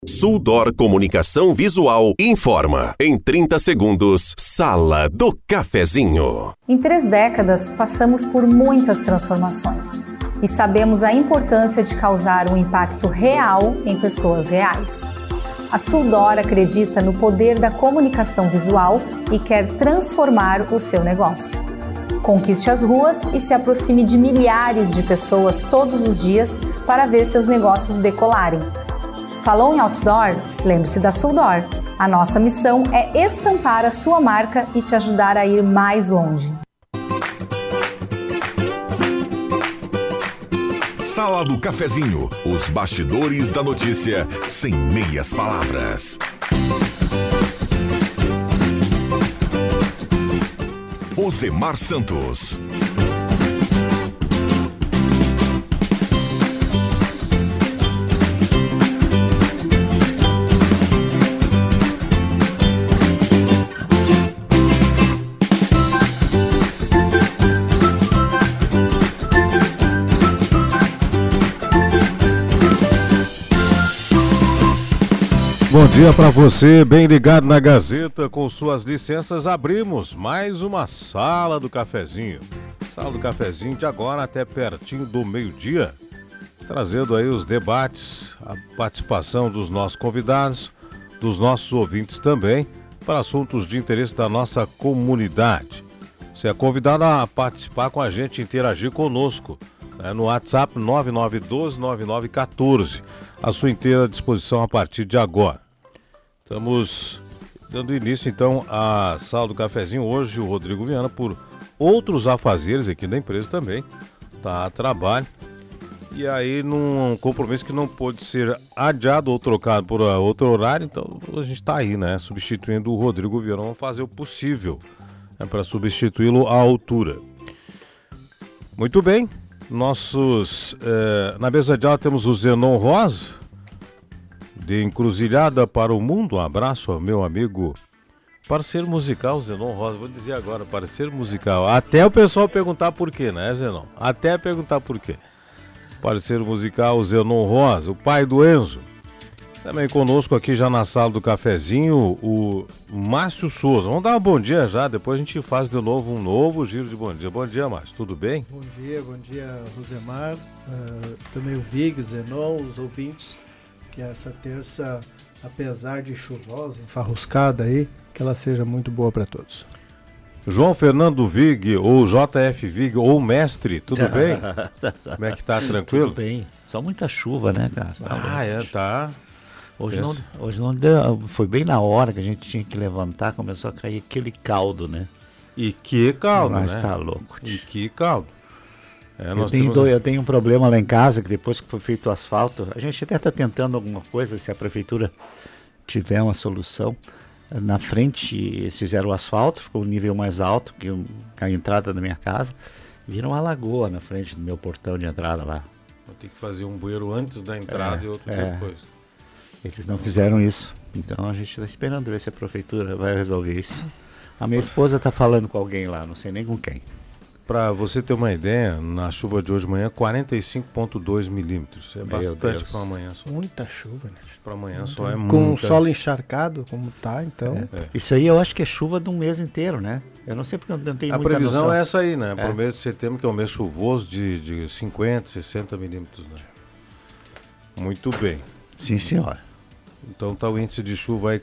Suldor Comunicação Visual informa. Em 30 segundos, Sala do Cafezinho. Em 3 décadas, passamos por muitas transformações e sabemos a importância de causar um impacto real em pessoas reais. A Suldor acredita no poder da comunicação visual e quer transformar o seu negócio. Conquiste as ruas e se aproxime de milhares de pessoas todos os dias para ver seus negócios decolarem. Falou em outdoor? Lembre-se da Suldor. A nossa missão é estampar a sua marca e te ajudar a ir mais longe. Sala do Cafezinho, os bastidores da notícia sem meias palavras. Osemar Santos. Bom dia para você, bem ligado na Gazeta. Com suas licenças, abrimos mais uma Sala do Cafezinho. Sala do Cafezinho de agora até pertinho do meio-dia, trazendo aí os debates, a participação dos nossos convidados, dos nossos ouvintes também, para assuntos de interesse da nossa comunidade. Você é convidado a participar com a gente, interagir conosco, né, no WhatsApp 9912-9914, à sua inteira disposição a partir de agora. Estamos dando início então à Sala do Cafezinho. Hoje o Rodrigo Viana, por outros afazeres aqui da empresa também, está a trabalho. E aí num compromisso que não pôde ser adiado ou trocado por outro horário, então a gente está aí, né, substituindo o Rodrigo Viana. Vamos fazer o possível, né, para substituí-lo à altura. Muito bem, na mesa de aula temos o Zenon Rosa, de Encruzilhada para o Mundo. Um abraço ao meu amigo, parceiro musical Zenon Rosa. Vou dizer agora, parceiro musical. Até o pessoal perguntar por quê, né, Zenon? Até perguntar por quê. Parceiro musical Zenon Rosa, o pai do Enzo. Também conosco aqui já na Sala do Cafezinho, o Márcio Souza. Vamos dar um bom dia já, depois a gente faz de novo um novo giro de bom dia. Bom dia, Márcio, tudo bem? Bom dia, Rosemar. Também o Vig, o Zenon, os ouvintes. Que essa terça, apesar de chuvosa, enfarruscada aí, que ela seja muito boa para todos. João Fernando Vig, ou JF Vig, ou Mestre, tudo bem? Como é que tá, tranquilo? Tudo bem, só muita chuva, né, cara? Tá. Hoje não deu, foi bem na hora que a gente tinha que levantar, começou a cair aquele caldo, né? E que caldo, mas né? Tá louco. E que caldo. Eu tenho um problema lá em casa, que depois que foi feito o asfalto, a gente até está tentando alguma coisa, se a prefeitura tiver uma solução. Na frente, eles fizeram o asfalto, ficou um nível mais alto que a entrada da minha casa. Vira uma lagoa na frente do meu portão de entrada lá. Vou ter que fazer um bueiro antes da entrada e outro depois. Eles não fizeram isso, então a gente está esperando ver se a prefeitura vai resolver isso. A minha esposa está falando com alguém lá, não sei nem com quem. Para você ter uma ideia, na chuva de hoje de manhã, 45,2 milímetros. É bastante para amanhã só. Muita chuva, né? Para amanhã só é muito. Com o solo encharcado, como tá, então. Isso aí eu acho que é chuva de um mês inteiro, né? Eu não sei porque eu não tenho muita previsão noção. É essa aí, né? Para o mês de setembro, que é um mês chuvoso de 50, 60 milímetros, né? Muito bem. Sim, senhora. Então tá o índice de chuva aí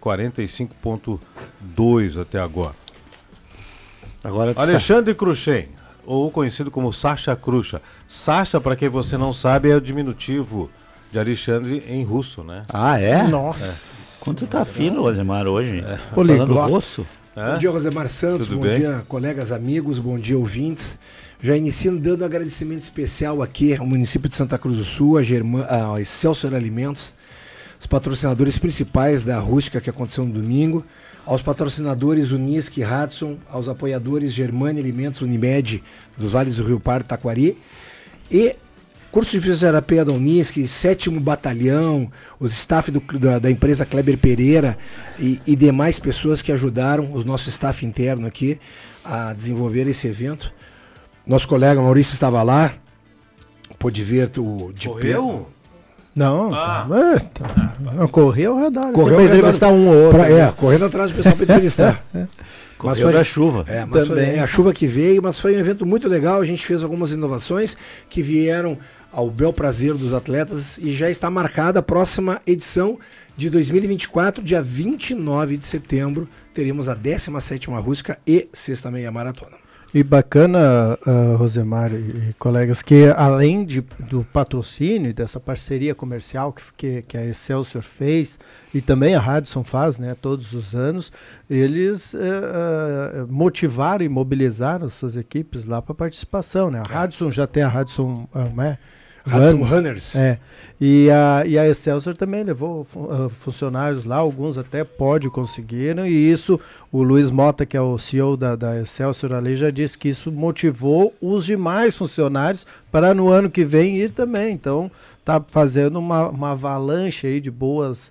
45,2 até agora. Alexandre Cruxem, ou conhecido como Sacha Cruxa. Sacha, para quem você não sabe, é o diminutivo de Alexandre em russo, né? Ah, é? Nossa. Quanto tá fino, Rosemar, hoje? Falando russo? Bom dia, Rosemar Santos. Tudo bom bem? Dia, colegas, amigos. Bom dia, ouvintes. Já iniciando dando agradecimento especial aqui ao município de Santa Cruz do Sul, a Excelsior Alimentos, os patrocinadores principais da rústica que aconteceu no domingo, aos patrocinadores Unisque, Hudson, aos apoiadores Germânia Alimentos, Unimed, dos Vales do Rio Pardo, Taquari, e curso de fisioterapia da Unisque, 7º Batalhão, os staff da empresa Kleber Pereira e demais pessoas que ajudaram, os nossos staff interno aqui, a desenvolver esse evento. Nosso colega Maurício estava lá, pôde ver o de Correu? Não, não correu ao redor. Correu para entrevistar um ou outro. Correndo atrás do pessoal para entrevistar. Mas foi da chuva. Mas foi a chuva que veio, mas foi um evento muito legal. A gente fez algumas inovações que vieram ao bel prazer dos atletas e já está marcada a próxima edição de 2024, dia 29 de setembro. Teremos a 17ª Rústica e Sexta Meia Maratona. E bacana, Rosemar e colegas, que além do patrocínio e dessa parceria comercial que a Excelsior fez e também a Radisson faz, né, todos os anos, eles motivaram e mobilizaram as suas equipes lá para participação. Né? A Radisson já tem a Radisson Runners. E a Excelsior também levou funcionários lá, alguns até conseguiram, e isso, o Luiz Mota, que é o CEO da Excelsior ali, já disse que isso motivou os demais funcionários para no ano que vem ir também. Então, está fazendo uma avalanche aí de boas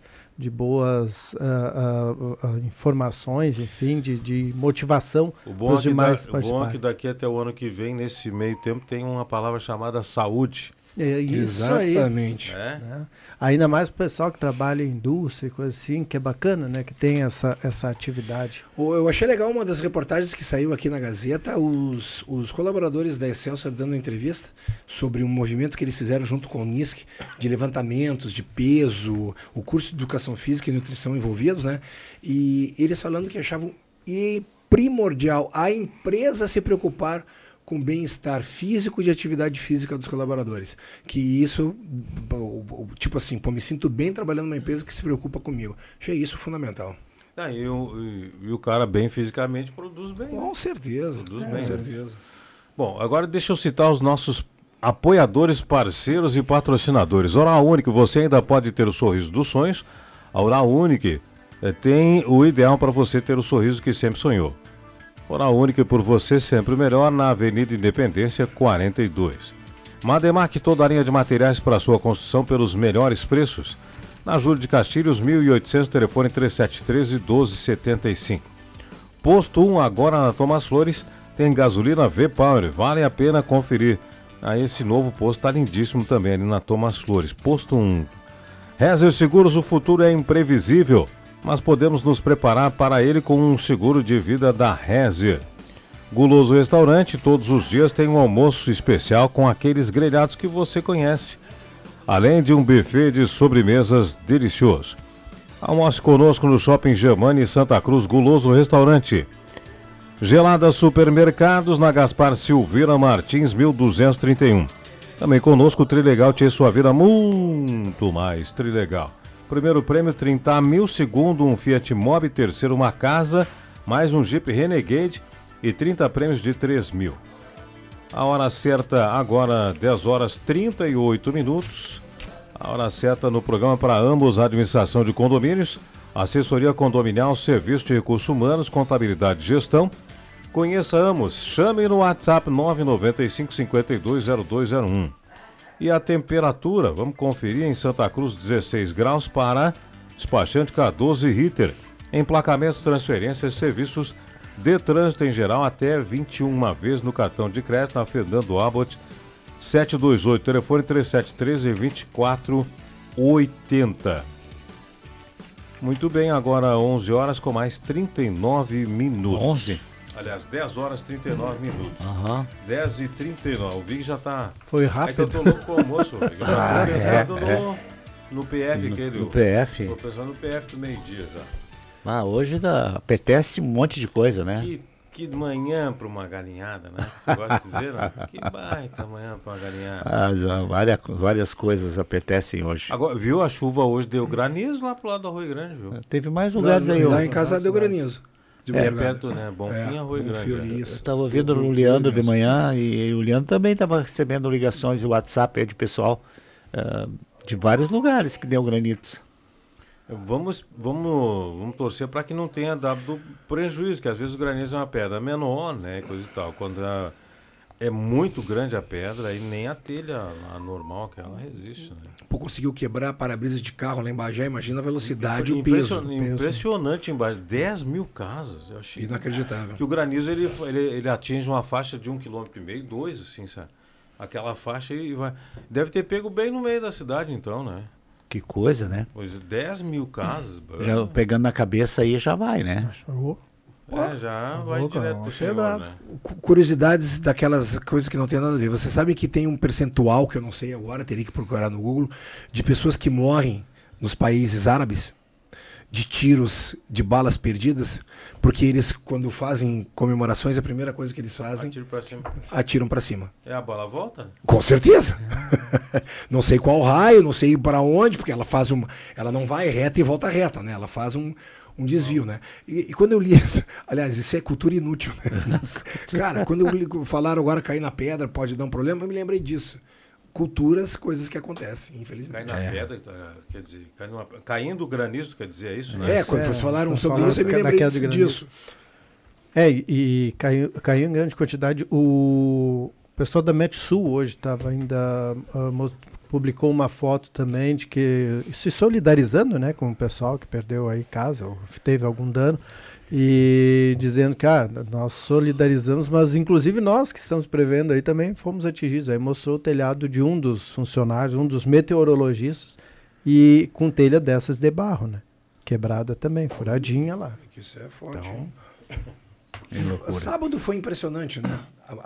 informações, enfim, de motivação para os demais participantes. O bom é que daqui até o ano que vem, nesse meio tempo, tem uma palavra chamada saúde. Isso exatamente. Aí, né? Ainda mais o pessoal que trabalha em indústria e coisa assim, que é bacana, né? Que tem essa atividade. Eu achei legal uma das reportagens que saiu aqui na Gazeta, os colaboradores da Excelsior dando entrevista sobre um movimento que eles fizeram junto com o NISC, de levantamentos, de peso, o curso de Educação Física e Nutrição envolvidos, né? E eles falando que achavam primordial a empresa se preocupar com o bem-estar físico e de atividade física dos colaboradores. Que isso, tipo assim, me sinto bem trabalhando numa empresa que se preocupa comigo. Achei isso fundamental. E o cara bem fisicamente produz bem. Com certeza. Produz bem. Com certeza. Bom, agora deixa eu citar os nossos apoiadores, parceiros e patrocinadores. Oral Unique, você ainda pode ter o sorriso dos sonhos. A Oral Unique tem o ideal para você ter o sorriso que sempre sonhou. Oral Unique, por você sempre melhor, na Avenida Independência 42. Mademac, toda a linha de materiais para sua construção pelos melhores preços. Na Júlio de Castilhos, 1800, telefone 3713-1275. Posto 1, agora na Tomás Flores, tem gasolina V-Power, vale a pena conferir. Esse novo posto está lindíssimo também ali na Tomás Flores. Posto 1. Rezer Seguros, o futuro é imprevisível, mas podemos nos preparar para ele com um seguro de vida da Rezer. Guloso Restaurante, todos os dias tem um almoço especial com aqueles grelhados que você conhece, além de um buffet de sobremesas delicioso. Almoce conosco no Shopping Germani Santa Cruz, Guloso Restaurante. Gelada Supermercados, na Gaspar Silveira Martins, 1231. Também conosco o Trilegal, tinha sua vida muito mais Trilegal. Primeiro prêmio 30 mil, segundo um Fiat Mobi, terceiro uma casa, mais um Jeep Renegade e 30 prêmios de 3 mil. A hora certa agora 10 horas 38 minutos. A hora certa no programa para ambos, administração de condomínios, assessoria condominial, serviço de recursos humanos, contabilidade e gestão. Conheça Amos, chame no WhatsApp 995-520201. E a temperatura, vamos conferir em Santa Cruz, 16 graus para despachante K12 Ritter. Emplacamentos, transferências, serviços de trânsito em geral até 21 vezes no cartão de crédito na Fernando Abbott 728, telefone 3713-2480. Muito bem, agora 11 horas com mais 39 minutos. 11? Aliás, 10 horas 39 minutos. 10h39. O Vig já tá... Foi rápido. É que eu tô louco com o almoço. Eu já tô pensando no PF. No PF? Tô pensando no PF do meio-dia já. Hoje apetece um monte de coisa, né? Que manhã para uma galinhada, né? Você gosta de dizer, né? Que baita manhã para uma galinhada. Já, várias coisas apetecem hoje. Agora, viu? A chuva hoje deu granizo lá pro lado do Arroio Grande, viu? Teve mais lugares aí. Lá em casa deu granizo. Perto, né? Bonfim, Arroio Grande. Eu estava ouvindo o Leandro de manhã e o Leandro também estava recebendo ligações de WhatsApp de pessoal de vários lugares que deu granito. Vamos torcer para que não tenha dado prejuízo, que às vezes o granizo é uma pedra menor, né? Coisa e tal. Quando é muito grande a pedra, aí nem a telha a normal que ela resiste, né? Pô, conseguiu quebrar para-brisa de carro lá em Bagé, imagina a velocidade e o peso. Impressionante em Bagé, 10 mil casas, eu achei. Inacreditável. Que o granizo ele atinge uma faixa de 1,5 km, 2, assim, sabe? Aquela faixa e vai. Deve ter pego bem no meio da cidade, então, né? Que coisa, né? Pois 10 mil casas. Já pegando na cabeça aí já vai, né? Já vai direto pro senhor, né? Curiosidades daquelas coisas que não tem nada a ver. Você sabe que tem um percentual, que eu não sei agora, teria que procurar no Google, de pessoas que morrem nos países árabes de tiros, de balas perdidas, porque eles, quando fazem comemorações, a primeira coisa que eles fazem... Atiram pra cima. É, a bola volta? Com certeza. Não sei qual raio, não sei para onde, porque ela faz ela não vai reta e volta reta, né? Ela faz um desvio, né? E quando eu li isso, aliás, isso é cultura inútil, né? Cara, quando falaram agora cair na pedra pode dar um problema, eu me lembrei disso. Culturas, coisas que acontecem, infelizmente. Cai na pedra, quer dizer, caindo o granizo, quer dizer isso, né? Quando vocês falaram sobre isso, eu me lembrei disso. E caiu em grande quantidade. O pessoal da Metsul hoje estava ainda... publicou uma foto também de que se solidarizando, né, com o pessoal que perdeu aí casa ou teve algum dano, e dizendo que nós solidarizamos, mas inclusive nós que estamos prevendo aí também fomos atingidos. Aí mostrou o telhado de um dos funcionários, um dos meteorologistas, e com telha dessas de barro, né? Quebrada também, furadinha lá. Isso é forte. Então, sábado foi impressionante, né?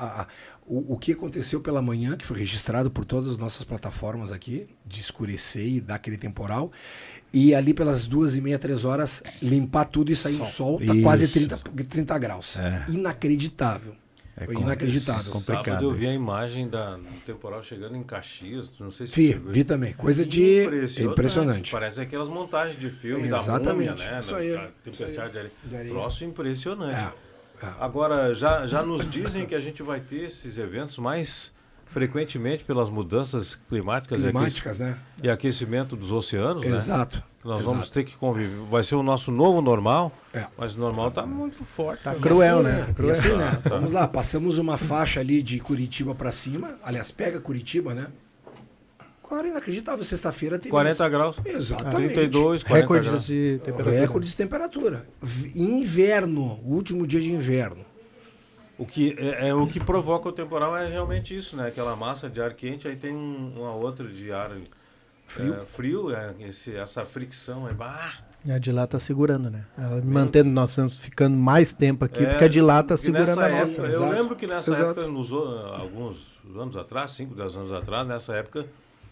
O que aconteceu pela manhã, que foi registrado por todas as nossas plataformas aqui, de escurecer e dar aquele temporal, e ali pelas 2h30, 3 horas, limpar tudo e sair o sol, tá quase 30 graus. Inacreditável. Foi inacreditável. Sábado eu vi a imagem do temporal chegando em Caxias, não sei se vi também, coisa de impressionante. Parece aquelas montagens de filme da Múmia, né? Isso aí. Tempestade de areia. Troço impressionante. Agora, já nos dizem que a gente vai ter esses eventos mais frequentemente pelas mudanças climáticas né? E aquecimento dos oceanos, Exato. né? Nós vamos ter que conviver. Vai ser o nosso novo normal, mas o normal está muito forte. Tá cruel, né? E assim, né? Vamos lá, passamos uma faixa ali de Curitiba para cima. Aliás, pega Curitiba, né? Agora, inacreditável, sexta-feira tem 40 graus. Exatamente. 32, 40 recordes graus. de temperatura. Recordes de temperatura. Inverno, o último dia de inverno. O que provoca o temporal é realmente isso, né? Aquela massa de ar quente, aí tem uma outra de ar frio, essa fricção. E a de lá está segurando, né? Ela mantendo, nós estamos ficando mais tempo aqui, porque a de lá está segurando a nossa. Eu lembro que nessa época, alguns anos atrás, 5, 10 anos atrás, nessa época,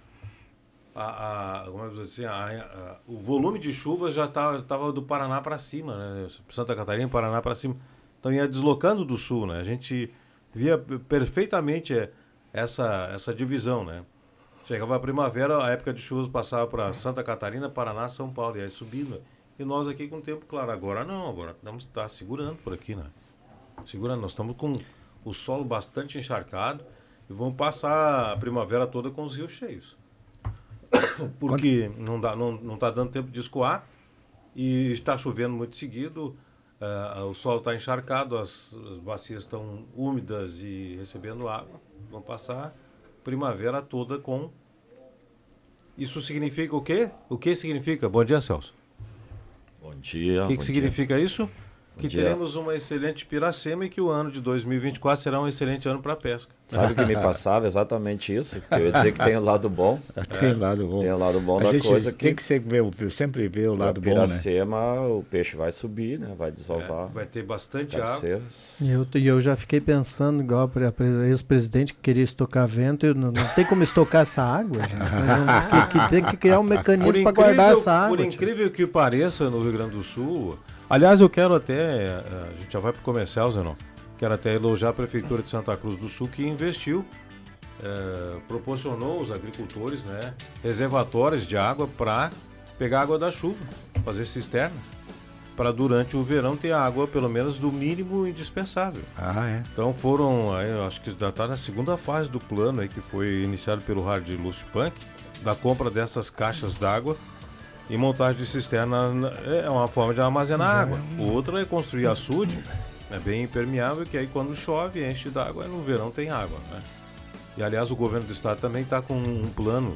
o volume de chuva já estava do Paraná para cima, né? Santa Catarina, Paraná para cima. Então ia deslocando do sul, né? A gente via perfeitamente essa divisão, né? Chegava a primavera, a época de chuvas passava para Santa Catarina, Paraná, São Paulo, e aí subindo. E nós aqui com o tempo claro. Agora não, agora estamos segurando por aqui, né? Segurando, nós estamos com o solo bastante encharcado e vamos passar a primavera toda com os rios cheios. Porque não está dando tempo de escoar e está chovendo muito seguido, o solo está encharcado, as bacias estão úmidas e recebendo água. Vamos passar a primavera toda com... Isso significa o quê? O que significa? Bom dia, Celso. Bom dia. O que significa isso? Bom que dia. Teremos uma excelente Piracema e que o ano de 2024 será um excelente ano para a pesca. Sabe o que me passava? Exatamente isso. Que eu ia dizer que tem o lado bom. Tem o lado bom. Tem o lado bom a da gente coisa. Tem que sempre ver o lado bom, né? Piracema, o peixe vai subir, né? Vai desovar. Vai ter bastante água. E eu já fiquei pensando, igual a ex-presidente que queria estocar vento, não tem como estocar essa água, gente. Tem que criar um mecanismo para guardar essa água. Por incrível que pareça, no Rio Grande do Sul... Aliás, eu quero até... A gente já vai para o comercial, Zenon. Quero até elogiar a Prefeitura de Santa Cruz do Sul, que investiu, proporcionou aos agricultores, né, reservatórios de água para pegar água da chuva, fazer cisternas, para durante o verão ter água, pelo menos, do mínimo indispensável. Então foram, eu acho que já está na segunda fase do plano, aí, que foi iniciado pelo Hard Lúcio Punk, da compra dessas caixas d'água, e montagem de cisterna é uma forma de armazenar água. O outro é construir açude, bem impermeável, que aí quando chove, enche d'água, e no verão tem água, né? E aliás, o governo do estado também está com um plano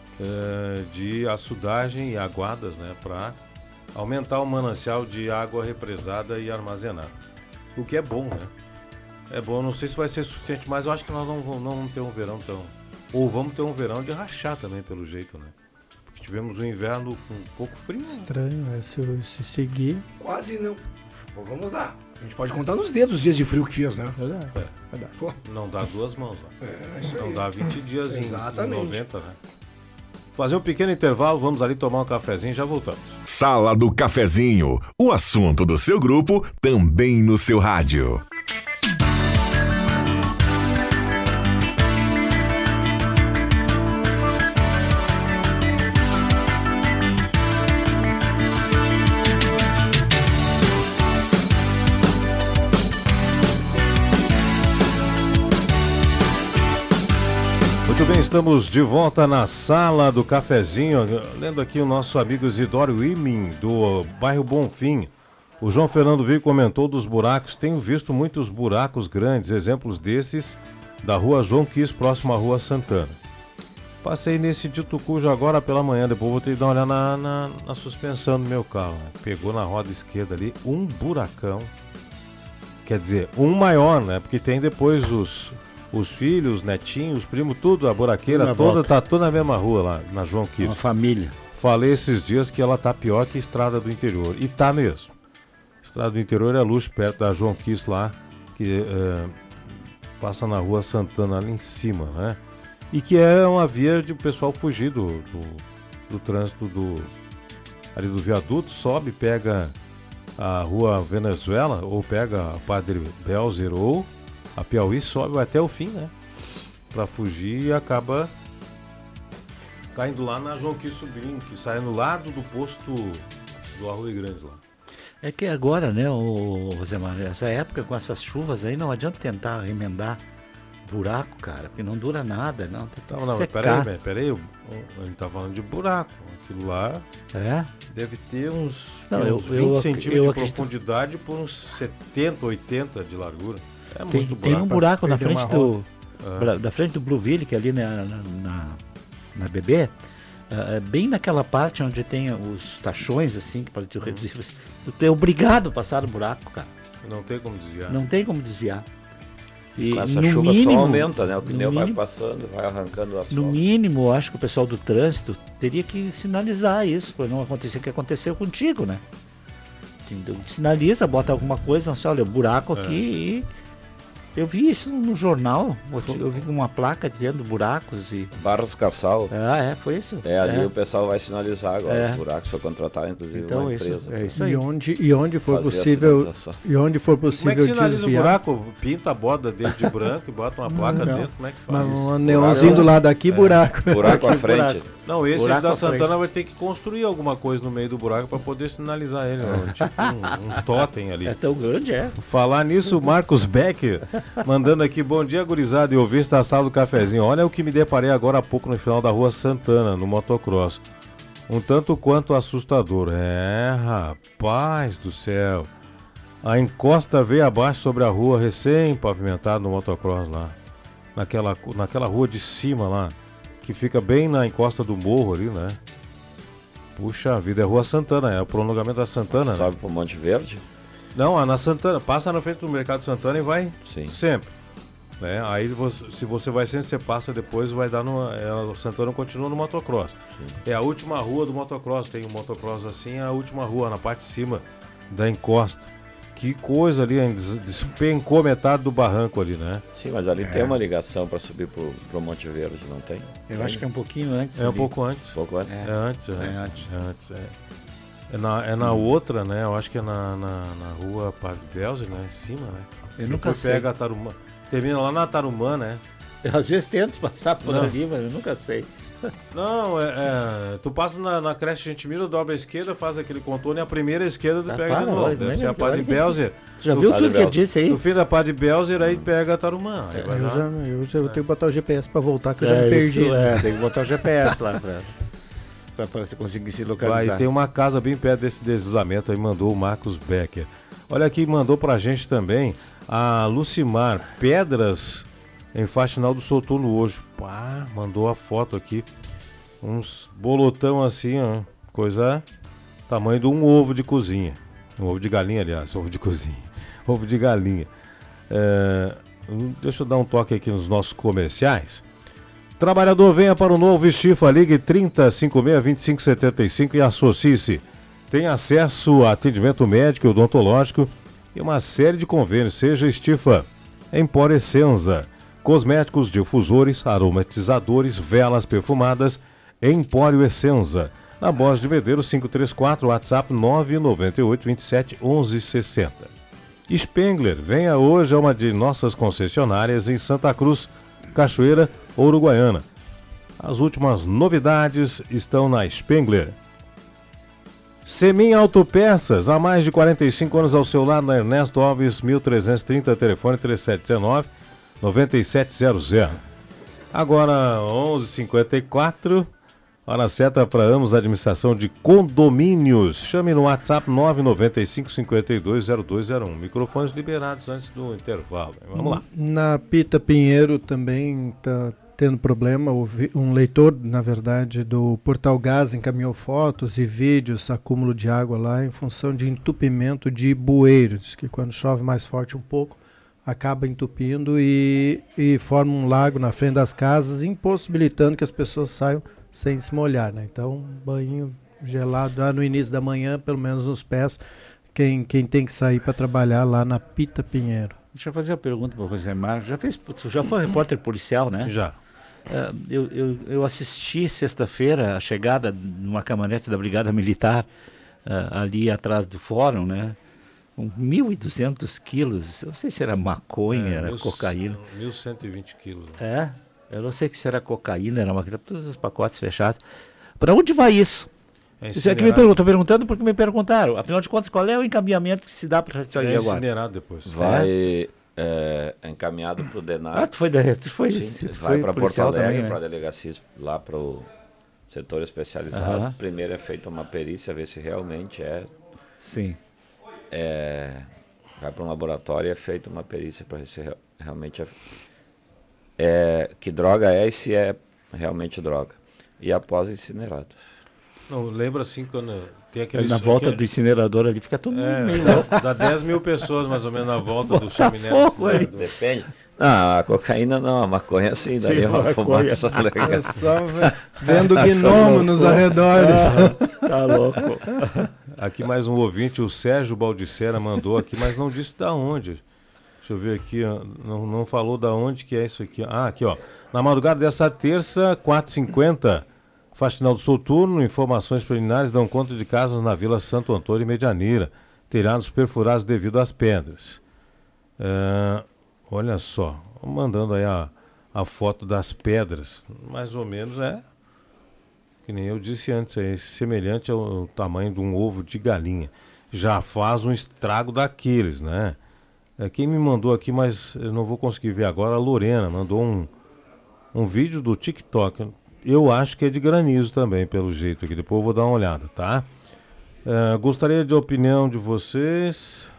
de açudagem e aguadas, né, para aumentar o manancial de água represada e armazenada. O que é bom, né? É bom, não sei se vai ser suficiente, mas eu acho que nós não vamos ter um verão tão... Ou vamos ter um verão de rachar também, pelo jeito, né? tivemos um inverno um pouco frio. Estranho, né? Se seguir... Quase não. Vamos lá. A gente pode contar nos dedos os dias de frio que fez, né? Verdade. Não dá 2 mãos, né? Isso aí. Não dá 20 dias em 90, né? Fazer um pequeno intervalo, vamos ali tomar um cafezinho e já voltamos. Sala do Cafezinho, o assunto do seu grupo também no seu rádio. Muito bem, estamos de volta na Sala do Cafezinho, lendo aqui o nosso amigo Isidório Imin, do bairro Bonfim. O João Fernando Vigo comentou dos buracos. Tenho visto muitos buracos grandes, exemplos desses da rua João Quis, próximo à rua Santana. Passei nesse dito cujo agora pela manhã, depois vou ter que dar uma olhada na suspensão do meu carro. Pegou na roda esquerda ali um buracão, quer dizer, um maior, né? Porque tem depois os filhos, os netinhos, os primos, tudo, a buraqueira toda, tá toda na mesma rua lá, na João Quis. Uma família. Falei esses dias que ela tá pior que Estrada do Interior. E tá mesmo. Estrada do Interior é luxo, perto da João Quis lá, que passa na rua Santana ali em cima, né? E que é uma via de o pessoal fugir do trânsito ali do viaduto, sobe, pega a rua Venezuela, ou pega a Padre Belzer, ou a Piauí, sobe, vai até o fim, né? Pra fugir e acaba caindo lá na João Quis Sobrinho, que sai no lado do posto do Arroio Grande lá. É que agora, né, Rosemar, essa época com essas chuvas aí, não adianta tentar remendar buraco, cara, porque não dura nada, não. Tem que secar. Peraí, a gente tá falando de buraco. Aquilo lá deve ter uns 20 centímetros de profundidade por uns 70, 80 de largura. É muito buraco. Tem um buraco na frente da frente do Blueville, que é ali na BB, bem naquela parte onde tem os tachões, assim, que pode ter reduzir. Tu é obrigado a passar o buraco, cara. Não tem como desviar. Não tem como desviar. E com essa chuva mínimo, só aumenta, né? O pneu vai passando, vai arrancando o asfalto. No mínimo, eu acho que o pessoal do trânsito teria que sinalizar isso, para não acontecer o que aconteceu contigo, né? Sinaliza, bota alguma coisa, assim, olha, buraco aqui e... Eu vi isso no jornal, eu vi uma placa dizendo buracos e... Barros Cassal. Foi isso. Ali o pessoal vai sinalizar agora os buracos, foi contratar inclusive então, uma empresa. Isso aí. E onde for possível como é que sinaliza o buraco? Pinta a borda dele de branco e bota uma placa dentro, como é que faz? Um neonzinho do lado aqui, buraco. Buraco à frente. Não, esse buraco da Santana vai ter que construir alguma coisa no meio do buraco para poder sinalizar ele, tipo um totem ali. É tão grande, Falar nisso, o Marcos Becker mandando aqui, bom dia, gurizada, e ouvinte da Sala do Cafezinho. Olha o que me deparei agora há pouco no final da rua Santana, no motocross. Um tanto quanto assustador. Rapaz do céu. A encosta veio abaixo sobre a rua, recém-pavimentada no motocross lá. Naquela rua de cima lá, que fica bem na encosta do morro ali, né? Puxa vida, é Rua Santana, é o prolongamento da Santana. Sabe, pro Monte Verde? Não, na Santana, passa na frente do Mercado Santana e vai sempre. Né? Aí se você vai sempre, você passa depois, vai dar a Santana continua no motocross. É a última rua do motocross, tem um motocross assim, a última rua, na parte de cima da encosta. Que coisa ali, despencou metade do barranco ali, né? Sim, mas ali tem uma ligação para subir pro Monte Verde, não tem? Eu acho que é um pouquinho antes. Um pouco antes. Pouco antes? É antes. É na outra, né? Eu acho que é na rua Padre Belzer, né? Em cima, né? Eu nunca sei. Pega a Tarumã. Termina lá na Tarumã, né? Eu às vezes tento passar por ali, mas eu nunca sei. Não, tu passa na creche Gentimiro, dobra a esquerda, faz aquele contorno e a primeira esquerda tu pega de novo. Deve ser a Padre Belzer. Você já viu tudo que eu disse aí? No fim da Padre Belzer, aí pega a Tarumã. Eu tenho que botar o GPS pra voltar, que eu já me perdi. Tem que botar o GPS lá pra você conseguir se localizar. Vai, tem uma casa bem perto desse deslizamento aí, mandou o Marcos Becker. Olha aqui, mandou pra gente também a Lucimar, pedras em Faxinal do Soturno hoje. Mandou a foto aqui. Uns bolotão assim, ó. Coisa tamanho de um ovo de cozinha. Um ovo de galinha, aliás. Ovo de cozinha. Ovo de galinha. Deixa eu dar um toque aqui nos nossos comerciais. Trabalhador, venha para o novo Estifa, ligue 3056-2575 e associe-se. Tem acesso a atendimento médico e odontológico e uma série de convênios. Seja Estifa. Empório Essenza, cosméticos, difusores, aromatizadores, velas perfumadas. Empório Essenza, na Borges de Medeiros 534, WhatsApp 998271160. Spengler, venha hoje a uma de nossas concessionárias em Santa Cruz, Cachoeira, Uruguaiana. As últimas novidades estão na Spengler. Semin Autopeças, há mais de 45 anos ao seu lado, na Ernesto Alves, 1330, telefone 3719-9700. Agora, 11h54, hora certa para Amos Administração de Condomínios. Chame no WhatsApp 995-520201. Microfones liberados antes do intervalo. Vamos lá. Na Pita Pinheiro também está tendo problema. Um leitor, na verdade, do Portal Gás encaminhou fotos e vídeos, acúmulo de água lá em função de entupimento de bueiros, que quando chove mais forte um pouco, acaba entupindo e forma um lago na frente das casas, impossibilitando que as pessoas saiam sem se molhar, né? Então, banho gelado lá no início da manhã, pelo menos nos pés, quem tem que sair para trabalhar lá na Pita Pinheiro. Deixa eu fazer uma pergunta para o Rosemar. Já foi repórter policial, né? Já. Eu assisti sexta-feira a chegada numa caminhonete da Brigada Militar ali atrás do fórum, né? Com 1.200 quilos, eu não sei se era maconha, era cocaína. 1.120 quilos. Eu não sei se era cocaína, era maconha, todos os pacotes fechados. Para onde vai isso? Isso é que estou perguntando porque me perguntaram. Afinal de contas, qual é o encaminhamento que se dá para isso aí agora? Incinerado depois. Vai encaminhado para o DENAR. Tu foi vai para Porto Alegre, né? para a delegacia, lá para o setor especializado. Primeiro é feita uma perícia, ver se realmente é. Sim. Vai para um laboratório e é feita uma perícia para ver se realmente que droga é e se é realmente droga. E após incinerado. Não, lembra assim quando tem aquele... Na volta do incinerador ali fica todo mundo meio... Dá 10 mil pessoas mais ou menos na volta do chaminé. Depende. Não, a cocaína não, a maconha sim, daí é uma fumaça legal. É só vendo gnomo nos arredores. Tá louco. Aqui mais um ouvinte, o Sérgio Baldissera mandou aqui, mas não disse da onde. Deixa eu ver aqui, não falou da onde que é isso aqui. Aqui ó, na madrugada dessa terça, 4h50, Faxinal do Soturno, informações preliminares dão conta de casas na Vila Santo Antônio e Medianeira, telhados perfurados devido às pedras. Olha só, mandando aí a foto das pedras, mais ou menos que nem eu disse antes, semelhante ao tamanho de um ovo de galinha. Já faz um estrago daqueles, né? Quem me mandou aqui, mas eu não vou conseguir ver agora, a Lorena, mandou um vídeo do TikTok. Eu acho que é de granizo também, pelo jeito aqui. Depois eu vou dar uma olhada, tá? Gostaria de opinião de vocês.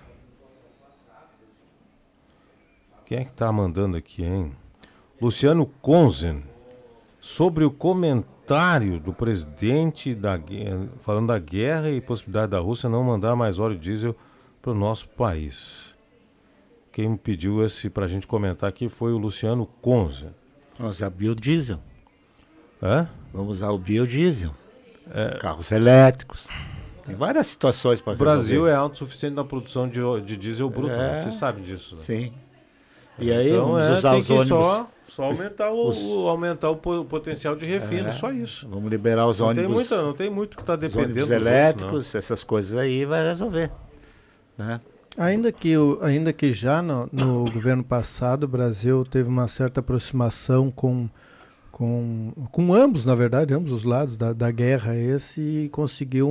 Quem é que tá mandando aqui, hein? Luciano Konzen. Sobre o comentário do presidente falando da guerra e possibilidade da Rússia não mandar mais óleo diesel para o nosso país. Quem me pediu para a gente comentar aqui foi o Luciano Konzen. Vamos usar biodiesel. Vamos usar o biodiesel. Carros elétricos. Tem várias situações para resolver. O Brasil é autossuficiente na produção de diesel bruto, né? Você sabe disso, né? Sim. E aí então, vamos usar os ônibus. Só aumentar o potencial de refino, só isso. Vamos liberar os ônibus. Não tem muito que está dependendo dos elétricos, outros, essas coisas aí vai resolver. Né? Ainda que já no governo passado o Brasil teve uma certa aproximação com ambos, na verdade, ambos os lados da guerra e conseguiu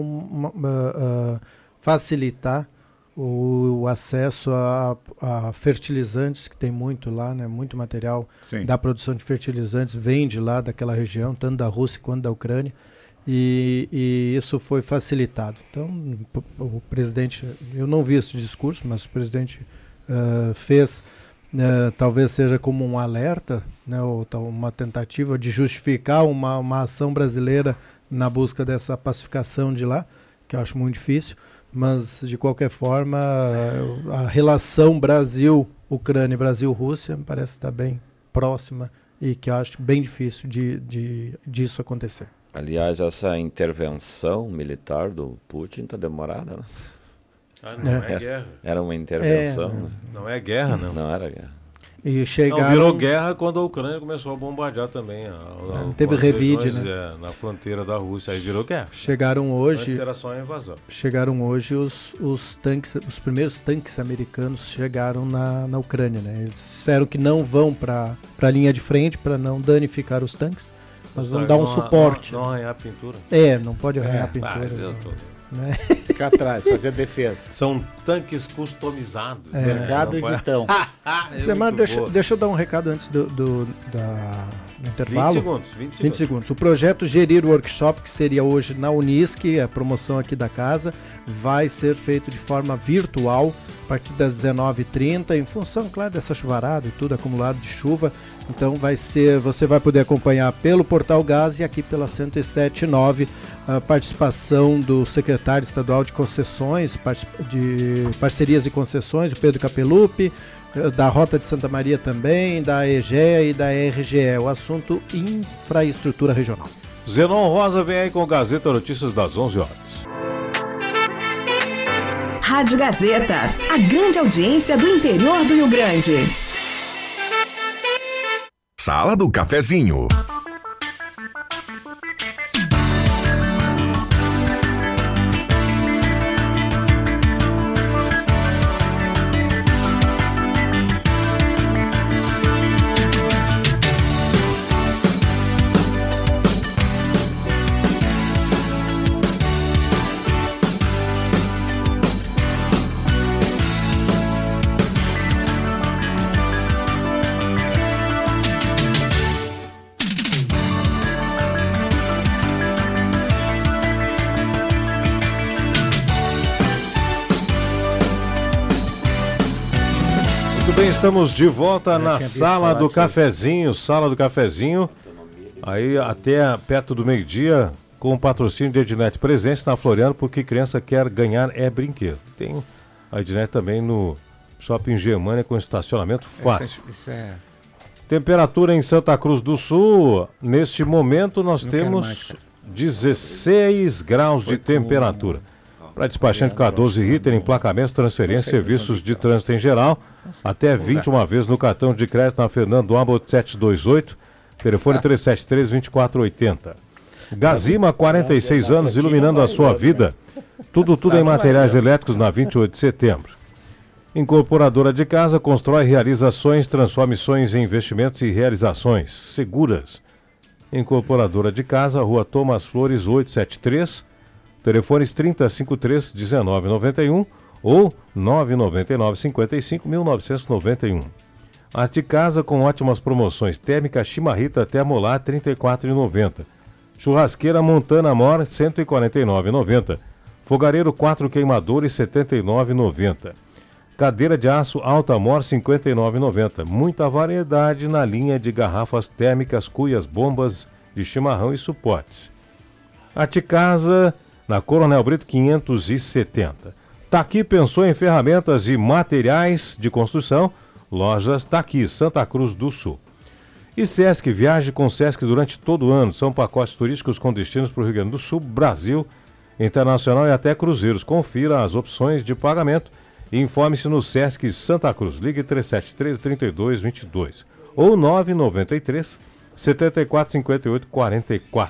facilitar o acesso a fertilizantes, que tem muito lá, né? Muito material da produção de fertilizantes vem de lá, daquela região, tanto da Rússia quanto da Ucrânia, e isso foi facilitado. Então, o presidente, eu não vi esse discurso, mas o presidente fez, talvez seja como um alerta, né? Ou uma tentativa de justificar uma ação brasileira na busca dessa pacificação de lá, que eu acho muito difícil. Mas, de qualquer forma, a relação Brasil-Ucrânia e Brasil-Rússia me parece estar bem próxima e que eu acho bem difícil disso acontecer. Aliás, essa intervenção militar do Putin está demorada, né? Não é guerra. Era uma intervenção. Né? Não é guerra, não. Não era guerra. E chegaram... virou guerra quando a Ucrânia começou a bombardear também. Teve revide, né? Na fronteira da Rússia, aí virou guerra. Chegaram hoje... Antes era só a invasão. Chegaram hoje os tanques, os primeiros tanques americanos chegaram na Ucrânia, né? Eles disseram que não vão para a linha de frente para não danificar os tanques, mas vão dar um suporte. Não arranhar a pintura. Não pode arranhar a pintura. Né? Ficar atrás, fazer defesa. São tanques customizados. Mercado então. Deixa eu dar um recado antes do intervalo. 20 segundos. O projeto Gerir Workshop, que seria hoje na Unisc, a promoção aqui da casa, vai ser feito de forma virtual a partir das 19h30, em função, claro, dessa chuvarada e tudo, acumulado de chuva. Então você vai poder acompanhar pelo Portal Gás e aqui pela 107.9 a participação do secretário estadual de concessões, de parcerias e concessões, o Pedro Capelupi, da Rota de Santa Maria também, da EGEA e da RGE, o assunto infraestrutura regional. Zenon Rosa vem aí com o Gazeta Notícias das 11 horas. Rádio Gazeta, a grande audiência do interior do Rio Grande. Sala do Cafezinho. Estamos de volta na Sala do Cafezinho, aí até perto do meio-dia, com o patrocínio de Ednet Presente na Floriano, porque criança quer ganhar brinquedo. Tem a Ednet também no Shopping Germânia com estacionamento fácil. Temperatura em Santa Cruz do Sul, neste momento nós temos 16 graus de temperatura. Para despachante K12 Ritter, emplacamentos, transferências, serviços de trânsito em geral, até 21 vezes no cartão de crédito na Fernando Abbott 728, telefone 373-2480. Gazima, 46 anos, iluminando a sua vida. Tudo em materiais elétricos na 28 de setembro. Incorporadora de casa, constrói, realiza ações, transforma sonhos em investimentos e realizações seguras. Incorporadora de casa, Rua Thomas Flores 873, telefones 3053-1991 ou 999-55-1991. Arte Casa com ótimas promoções. Térmica Chimarrita Termolar R$ 34,90. Churrasqueira Montana Mor R$ 149,90. Fogareiro 4 queimadores R$ 79,90. Cadeira de aço Alta Mor R$ 59,90. Muita variedade na linha de garrafas térmicas, cuias, bombas de chimarrão e suportes. Arte Casa na Coronel Brito 570. Taqui pensou em ferramentas e materiais de construção. Lojas Taqui, Santa Cruz do Sul. E Sesc, viaje com Sesc durante todo o ano. São pacotes turísticos com destinos para o Rio Grande do Sul, Brasil, internacional e até cruzeiros. Confira as opções de pagamento e informe-se no Sesc Santa Cruz. Ligue 373-3222 ou 993-7458-44.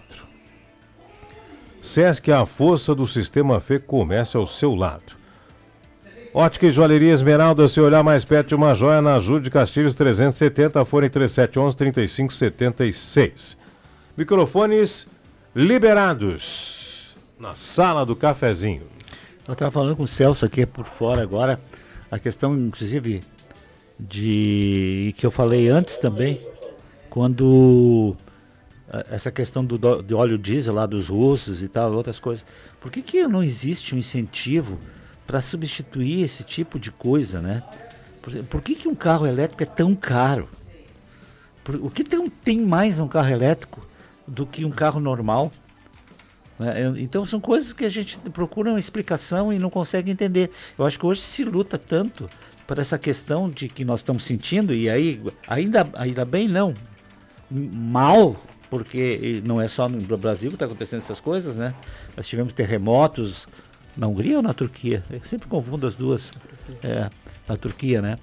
Sesc, a força do sistema Fê Comércio ao seu lado. Ótica e Joalheria Esmeralda, se olhar mais perto de uma joia, na Júlio de Castilhos 370, fone 3711-3576. Microfones liberados na Sala do Cafezinho. Eu estava falando com o Celso aqui por fora agora, a questão inclusive de que eu falei antes também, quando essa questão do óleo diesel lá dos russos e tal, outras coisas. Por que não existe um incentivo para substituir esse tipo de coisa, né? Por que um carro elétrico é tão caro? O que tem mais um carro elétrico do que um carro normal? Então são coisas que a gente procura uma explicação e não consegue entender. Eu acho que hoje se luta tanto por essa questão de que nós estamos sentindo, e aí ainda bem não. mal, porque não é só no Brasil que está acontecendo essas coisas, né? Nós tivemos terremotos na Hungria ou na Turquia? Eu sempre confundo as duas. Na Turquia, né?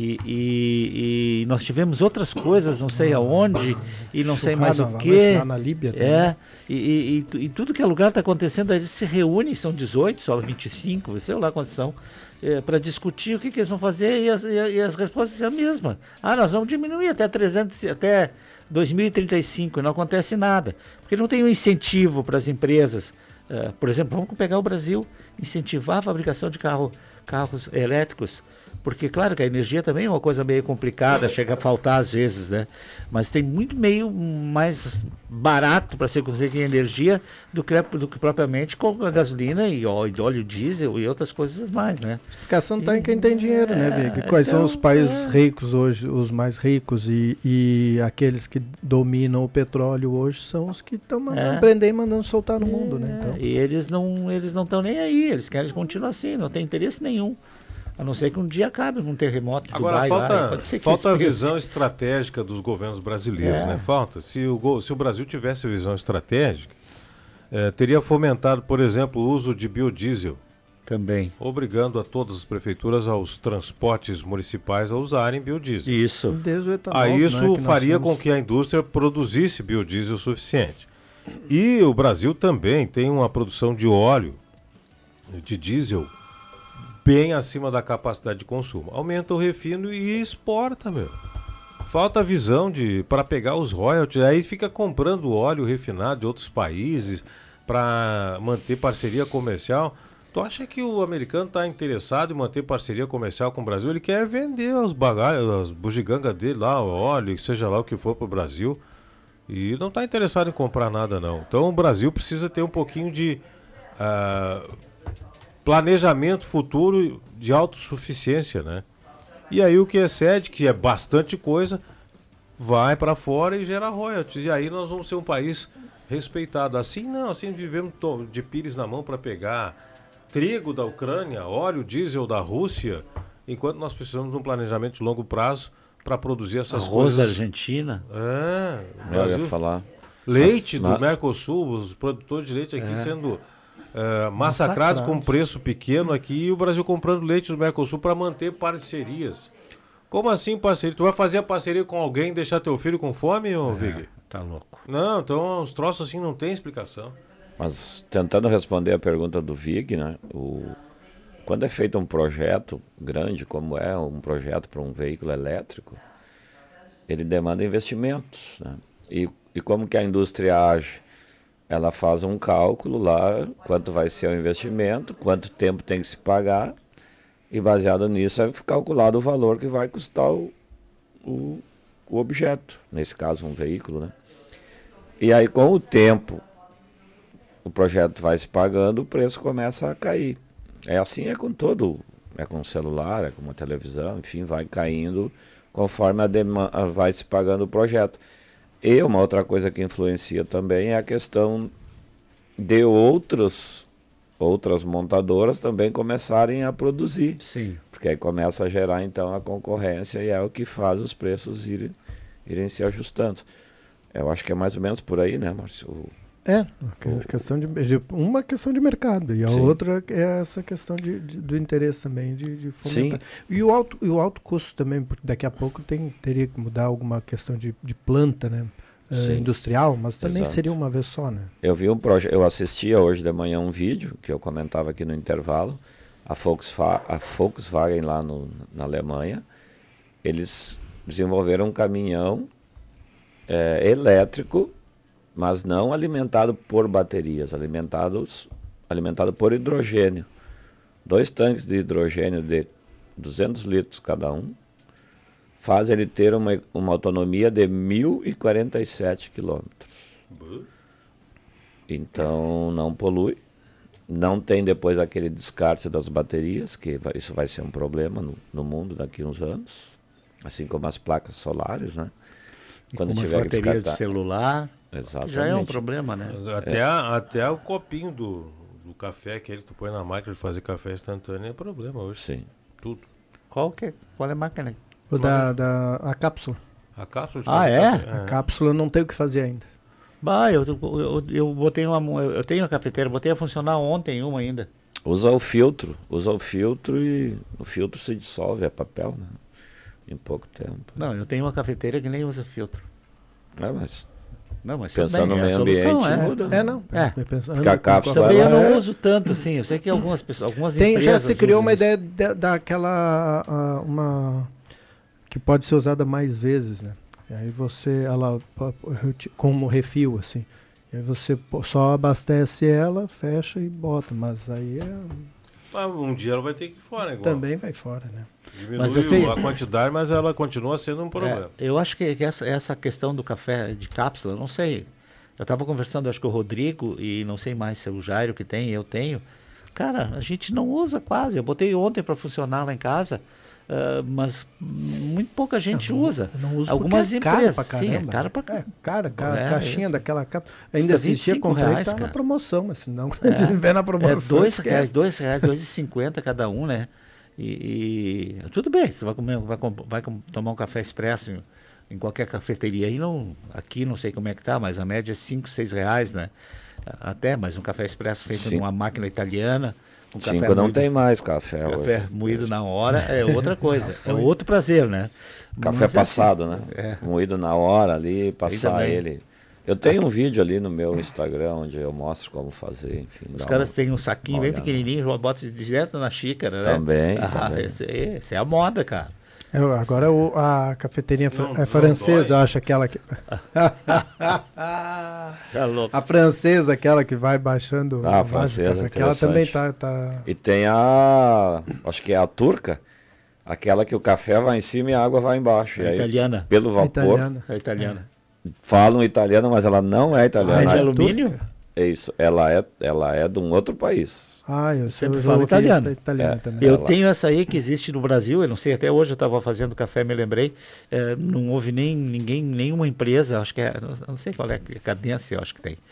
E nós tivemos outras coisas, não sei aonde, e não sei mais o que. Na Líbia e tudo que é lugar está acontecendo, eles se reúnem, são 18, só 25, sei lá quantos são, para discutir o que eles vão fazer, e as respostas são a mesma. Nós vamos diminuir até 2035, e não acontece nada, porque não tem um incentivo para as empresas. Por exemplo, vamos pegar o Brasil, incentivar a fabricação de carros elétricos, porque claro que a energia também é uma coisa meio complicada, chega a faltar às vezes, né? Mas tem muito meio mais barato para você conseguir energia do que propriamente com a gasolina e óleo diesel e outras coisas mais, né? A explicação está em quem tem dinheiro, né, Vig? Quais são os países ricos hoje, os mais ricos, e aqueles que dominam o petróleo hoje são os que estão prendendo e mandando soltar no mundo, né? Então. E eles não estão nem aí, eles querem continuar assim, não tem interesse nenhum. A não ser que um dia acabe um terremoto. Agora, falta a visão estratégica dos governos brasileiros, né? Falta. Se o Brasil tivesse visão estratégica, teria fomentado, por exemplo, o uso de biodiesel. Também. Obrigando a todas as prefeituras, aos transportes municipais a usarem biodiesel. Isso. Desde o etanol, aí isso faria com que a indústria produzisse biodiesel suficiente. E o Brasil também tem uma produção de óleo, de diesel, bem acima da capacidade de consumo. Aumenta o refino e exporta, meu. Falta a visão para pegar os royalties, aí fica comprando óleo refinado de outros países para manter parceria comercial. Tu acha que o americano está interessado em manter parceria comercial com o Brasil? Ele quer vender as bugigangas dele lá, o óleo, seja lá o que for para o Brasil, e não está interessado em comprar nada, não. Então o Brasil precisa ter um pouquinho de planejamento futuro de autossuficiência, né? E aí o que excede, que é bastante coisa, vai para fora e gera royalties. E aí nós vamos ser um país respeitado. Assim não, assim vivemos de pires na mão para pegar trigo da Ucrânia, óleo, diesel da Rússia, enquanto nós precisamos de um planejamento de longo prazo para produzir essas coisas. Arroz da Argentina. Eu ia falar. Leite do Mercosul, os produtores de leite aqui sendo massacrados com preço pequeno aqui, e o Brasil comprando leite do Mercosul para manter parcerias. Como assim parceria? Tu vai fazer a parceria com alguém e deixar teu filho com fome, Vig? Tá louco. Não, então os troços assim não tem explicação. Mas tentando responder a pergunta do Vig, né? Quando é feito um projeto grande, como é um projeto para um veículo elétrico, ele demanda investimentos, né? E como que a indústria age? Ela faz um cálculo lá, quanto vai ser o investimento, quanto tempo tem que se pagar, e baseado nisso é calculado o valor que vai custar o objeto, nesse caso um veículo, né? E aí com o tempo, o projeto vai se pagando, o preço começa a cair. É com todo, é com o celular, é com uma televisão, enfim, vai caindo conforme vai se pagando o projeto. E uma outra coisa que influencia também é a questão de outras montadoras também começarem a produzir. Sim. Porque aí começa a gerar então a concorrência e é o que faz os preços irem se ajustando. Eu acho que é mais ou menos por aí, né, Márcio? Uma questão de mercado, e a outra é essa questão do interesse também de fomentar. Sim. E o alto custo também, porque daqui a pouco teria que mudar alguma questão de planta, né? Industrial, mas também seria uma vez só, né? Eu vi eu assistia hoje de manhã um vídeo que eu comentava aqui no intervalo, a Volkswagen lá na Alemanha, eles desenvolveram um caminhão elétrico, mas não alimentado por baterias, alimentado por hidrogênio. 2 tanques de hidrogênio de 200 litros cada um, faz ele ter uma autonomia de 1.047 quilômetros. Então não polui, não tem depois aquele descarte das baterias, que isso vai ser um problema no mundo daqui a uns anos, assim como as placas solares, né? Quando tiver que descartar de celular. Exatamente. Já é um problema, né? Até o copinho do café, aquele que tu põe na máquina de fazer café instantâneo, é problema hoje. Sim. Tudo. Qual é a máquina? A cápsula. A cápsula de A cápsula não tem o que fazer ainda. Eu botei eu tenho a cafeteira, botei a funcionar ontem uma ainda. Usa o filtro e o filtro se dissolve, é papel, né? Em pouco tempo. Não, eu tenho uma cafeteira que nem usa filtro. Mas pensando no meio ambiente, muda. Porque a cápsula também eu não uso tanto, assim. Eu sei que algumas pessoas, empresas já se criou uma isso. ideia daquela que pode ser usada mais vezes, né? E aí ela como refil, assim. E aí você só abastece ela, fecha e bota. Mas aí um dia ela vai ter que ir fora, igual. Também vai fora, né? Diminui a quantidade, mas ela continua sendo um problema. Eu acho que essa questão do café de cápsula, não sei. Eu estava conversando, acho que o Rodrigo, e não sei mais se é o Jairo que tem, eu tenho. Cara, a gente não usa quase. Eu botei ontem para funcionar lá em casa. Mas muito pouca gente usa. Não uso. Algumas empresas. Pra caramba. Sim, é caro pra caramba. Caixinha daquela cápsula. Ainda existia comprar, tá na promoção, mas se não vem na promoção. É R$2, R$2,50 cada um, né? E tudo bem, você vai tomar um café expresso em qualquer cafeteria. Aqui não sei como é que tá, mas a média é R$5, R$6, né? Mas um café expresso feito numa máquina italiana. 5 não tem mais café hoje. Café moído na hora é outra coisa, é outro prazer, né? Café passado, né? Moído na hora ali, passar ele. Eu tenho um vídeo ali no meu Instagram onde eu mostro como fazer, enfim. Os caras têm um saquinho bem pequenininho, botam direto na xícara, né? Também. Essa é a moda, cara. Agora a cafeteirinha francesa, acho aquela que... A francesa, aquela que vai baixando... A francesa, aquela também tá... E tem acho que é a turca, aquela que o café vai em cima e a água vai embaixo. A italiana. Pelo vapor... A italiana. Falam italiano, mas ela não é italiana. É de alumínio? É isso, ela é de um outro país. Eu sempre falo italiano. Eu tenho essa aí que existe no Brasil, eu não sei, até hoje eu estava fazendo café, me lembrei, não houve nenhuma empresa, acho que não sei qual é a cadência, eu acho que tem,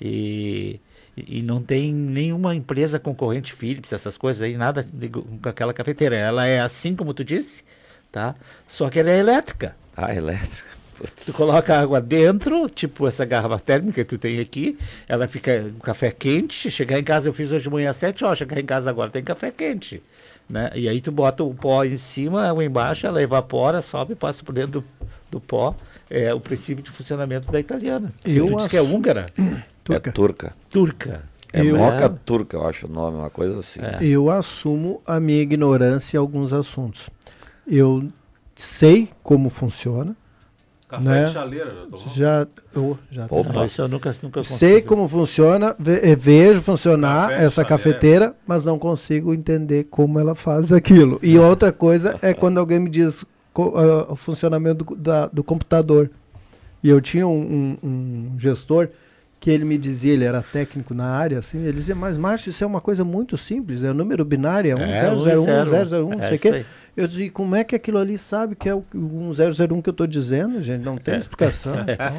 e não tem nenhuma empresa concorrente, Philips, essas coisas aí, nada com aquela cafeteira. Ela é assim como tu disse, tá? Só que ela é elétrica. Elétrica. Tu coloca água dentro, tipo essa garrafa térmica que tu tem aqui, ela fica o café quente, chegar em casa, eu fiz hoje de manhã às 7 horas, chegar em casa agora tem café quente, né? E aí tu bota o pó em cima, água embaixo, ela evapora, sobe, passa por dentro do pó. É o princípio de funcionamento da italiana. Tu disse que é húngara? Turca. É turca. Turca. É moca turca, eu acho o nome, uma coisa assim. Eu assumo a minha ignorância em alguns assuntos. Eu sei como funciona. Café de chaleira, já tomou? Isso eu nunca sei como funciona, vejo funcionar essa cafeteira, mas não consigo entender como ela faz aquilo. E outra coisa é quando alguém me diz o funcionamento do computador. E eu tinha um gestor que ele me dizia, ele era técnico na área, assim, ele dizia, mas Márcio, isso é uma coisa muito simples, é o número binário, é 1001, não sei o quê. Eu disse, como é que aquilo ali sabe que é o 1001 que eu estou dizendo, gente? Não tem explicação.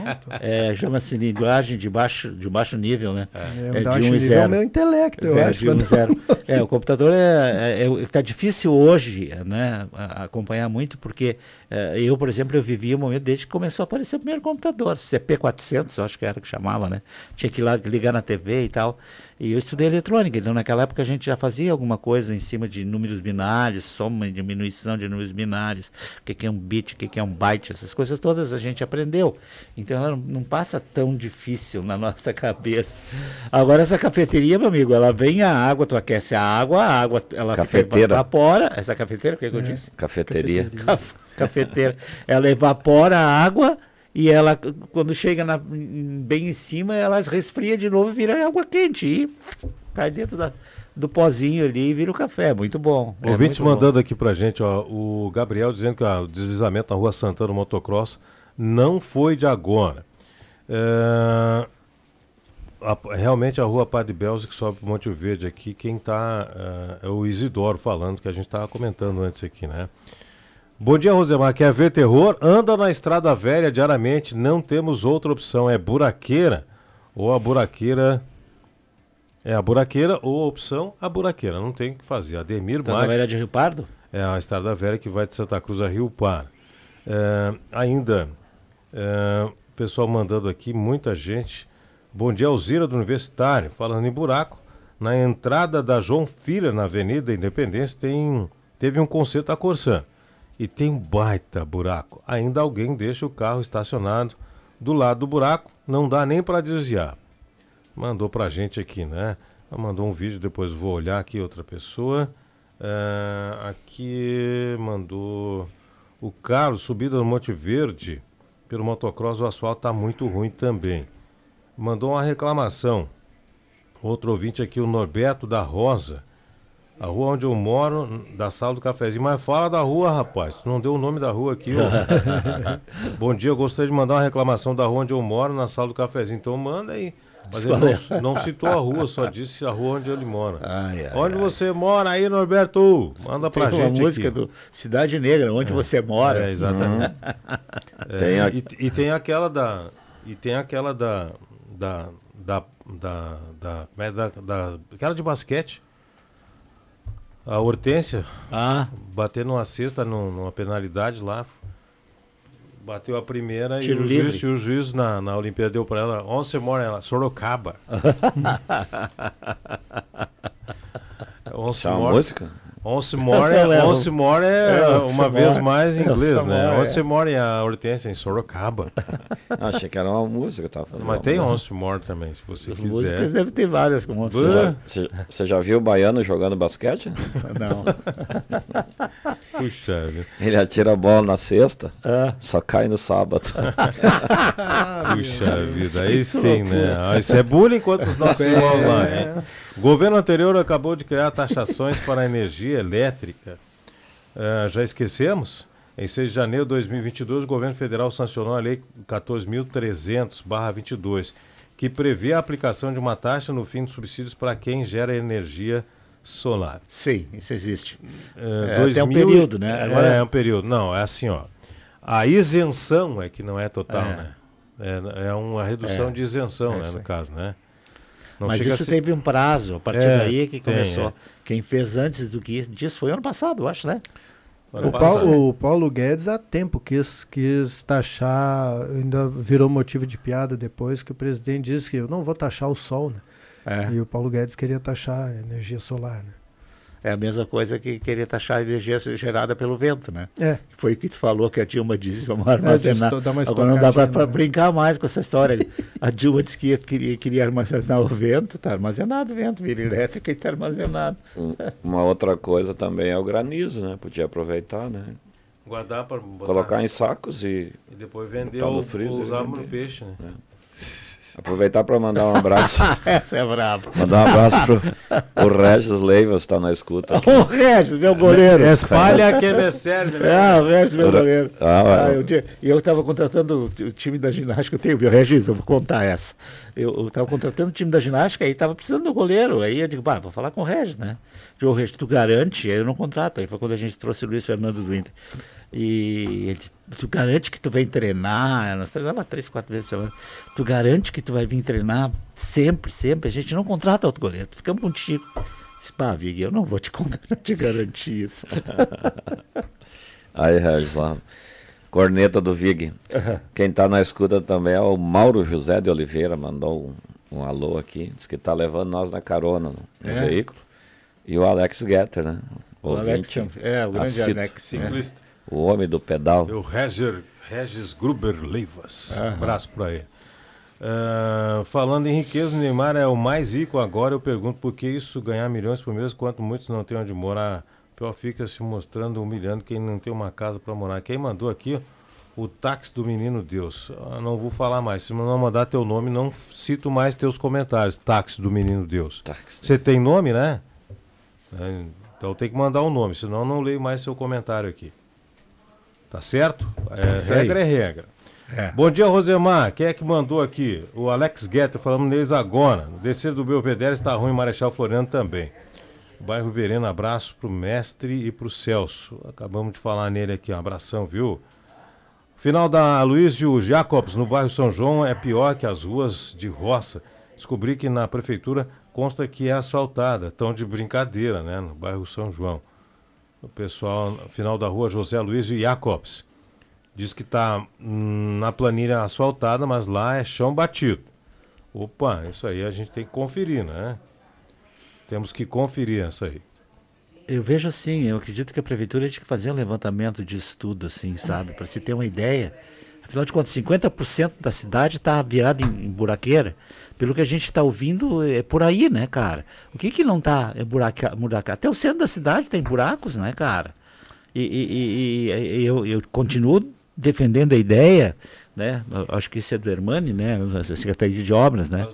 Chama-se linguagem de baixo nível, né? De baixo nível é o meu intelecto, eu acho. De 1 0. O computador está difícil hoje, né, acompanhar muito, porque eu, por exemplo, eu vivia um momento desde que começou a aparecer o primeiro computador, CP400, eu acho que era que chamava, né? Tinha que ir lá ligar na TV e tal. E eu estudei eletrônica, então naquela época a gente já fazia alguma coisa em cima de números binários, soma e diminuição de números binários, o que é um bit, o que é um byte, essas coisas todas a gente aprendeu. Então ela não passa tão difícil na nossa cabeça. Agora essa cafeteria, meu amigo, ela vem a água, tu aquece a água ela evapora. Essa cafeteira, o que eu disse? Cafeteria. Cafeteira. Ela evapora a água. E ela, quando chega bem em cima, ela resfria de novo e vira água quente. E cai dentro do pozinho ali e vira o café. Muito bom. Ouvintes mandando aqui pra gente, o Gabriel dizendo que o deslizamento na Rua Santana, motocross, não foi de agora. Realmente a Rua Padre Belzo que sobe pro Monte Verde aqui, quem tá é o Isidoro falando, que a gente estava comentando antes aqui, né? Bom dia, Rosemar. Quer ver terror? Anda na Estrada Velha diariamente. Não temos outra opção. É buraqueira ou a buraqueira. É a buraqueira ou a opção a buraqueira. Não tem o que fazer. Ademir Marques. Estrada Velha de Rio Pardo? É a Estrada Velha que vai de Santa Cruz a Rio Pardo. Ainda, pessoal mandando aqui, muita gente. Bom dia, Alzira do Universitário. Falando em buraco, na entrada da João Filha, na Avenida Independência, teve um concerto da Corsan. E tem um baita buraco. Ainda alguém deixa o carro estacionado do lado do buraco, não dá nem para desviar. Mandou pra gente aqui, né? Mandou um vídeo, depois vou olhar aqui, outra pessoa. Aqui mandou o Carlos, subida no Monte Verde, pelo motocross, o asfalto tá muito ruim também. Mandou uma reclamação. Outro ouvinte aqui, o Norberto da Rosa. A rua onde eu moro, da Sala do Cafezinho. Mas fala da rua, rapaz. Tu não deu o nome da rua aqui, ó. Bom dia, eu gostaria de mandar uma reclamação da rua onde eu moro, na Sala do Cafezinho. Então manda aí. Mas ele não citou a rua, só disse a rua onde ele mora. Onde você mora aí, Norberto? Manda pra gente aqui. Tem uma música do Cidade Negra, onde você mora. Exatamente. E tem aquela da... E tem aquela aquela de basquete. A Hortência bateu numa cesta, numa penalidade lá. Bateu a primeira e o juiz na Olimpíada deu pra ela. Onde você mora? Ela, Sorocaba. Essa é uma música? Once More é uma vez mais em inglês, né? Onde você mora em a Hortência? Em Sorocaba. Achei que era uma música, tava falando. Mas tem Once More também, se você quiser. Músicas deve ter várias com Once Você já viu o baiano jogando basquete? Não. Puxa vida. Ele atira a bola na sexta, só cai no sábado. Puxa vida, aí sim, né? Isso é bullying contra os nossos irmãos lá, hein? O governo anterior acabou de criar taxações para a energia elétrica. Já esquecemos? Em 6 de janeiro de 2022, o governo federal sancionou a Lei 14.300/22, que prevê a aplicação de uma taxa no fim de subsídios para quem gera energia solar. Sim, isso existe. Até um período, né? Agora é um período. Não, é assim, ó. A isenção é que não é total, né? É uma redução de isenção, né, no caso, né? Não. Mas isso teve um prazo, a partir daí que começou. Quem fez antes disso foi ano passado, eu acho, né? O Paulo Guedes há tempo quis taxar, ainda virou motivo de piada depois que o presidente disse que eu não vou taxar o sol, né? E o Paulo Guedes queria taxar a energia solar, né? É a mesma coisa que querer taxar a energia gerada pelo vento, né? Foi o que tu falou que a Dilma disse, vamos armazenar. Agora não dá para brincar mais com essa história. A Dilma disse que queria armazenar o vento, está armazenado o vento, vira elétrica e está armazenado. Uma outra coisa também é o granizo, né? Podia aproveitar, né? Guardar para colocar em sacos e depois vender ou usar no peixe, né? Aproveitar para mandar um abraço. Essa é brava. Mandar um abraço pro Regis Leivas, está na escuta. O Regis, meu goleiro. Espalha que me serve, né? O Regis, meu goleiro. Eu estava contratando o time da ginástica. Viu, Regis, eu vou contar essa. Eu estava contratando o time da ginástica e estava precisando do goleiro. Aí eu digo, vou falar com o Regis, né? O Regis, tu garante? Aí eu não contrato. Aí foi quando a gente trouxe o Luiz Fernando do Inter. E ele disse, tu garante que tu vai treinar? Nós treinamos 3, 4 vezes por semana. Tu garante que tu vai vir treinar sempre? A gente não contrata outro goleiro, ficamos contigo. Disse, Vig, eu não vou te garantir isso. Aí, Regis, lá. Corneta do Vig. Quem está na escuta também é o Mauro José de Oliveira, mandou um alô aqui, disse que está levando nós na carona no veículo. E o Alex Getter, né? O Alex, o grande Alex. Ciclista. O homem do pedal. O Regis Gruber Leivas. Um abraço para ele. Falando em riqueza, o Neymar é o mais rico agora. Eu pergunto por que isso ganhar milhões por mês, quanto muitos não têm onde morar. O pior fica se mostrando, humilhando quem não tem uma casa para morar. Quem mandou aqui, o táxi do Menino Deus. Não vou falar mais. Se não mandar teu nome, não cito mais teus comentários. Táxi do Menino Deus. Você tem nome, né? Então tem que mandar um nome, senão não leio mais seu comentário aqui. Tá certo? Regra é regra. Bom dia, Rosemar. Quem é que mandou aqui? O Alex Guetta, falamos neles agora. No descer do Belvedere está ruim, Marechal Floriano também. Bairro Vereno, abraço pro mestre e pro Celso. Acabamos de falar nele aqui, um abração, viu? Final da Aloysio Jacobs, no bairro São João, é pior que as ruas de roça. Descobri que na prefeitura consta que é asfaltada. Tão de brincadeira, né? No bairro São João. O pessoal, final da rua José Aloysio Jacobs. diz que está na planilha asfaltada, mas lá é chão batido. Opa, isso aí a gente tem que conferir, né? Temos que conferir isso aí. Eu vejo assim, eu acredito que a prefeitura tinha que fazer um levantamento disso tudo, assim, sabe? Para se ter uma ideia. Afinal de contas, 50% da cidade está virada em buraqueira. Pelo que a gente está ouvindo, é por aí, né, cara? O que não está buracado? Até o centro da cidade tem buracos, né, cara? E eu continuo defendendo a ideia, né? Acho que isso é do Hermani, né? A Secretaria de Obras, né?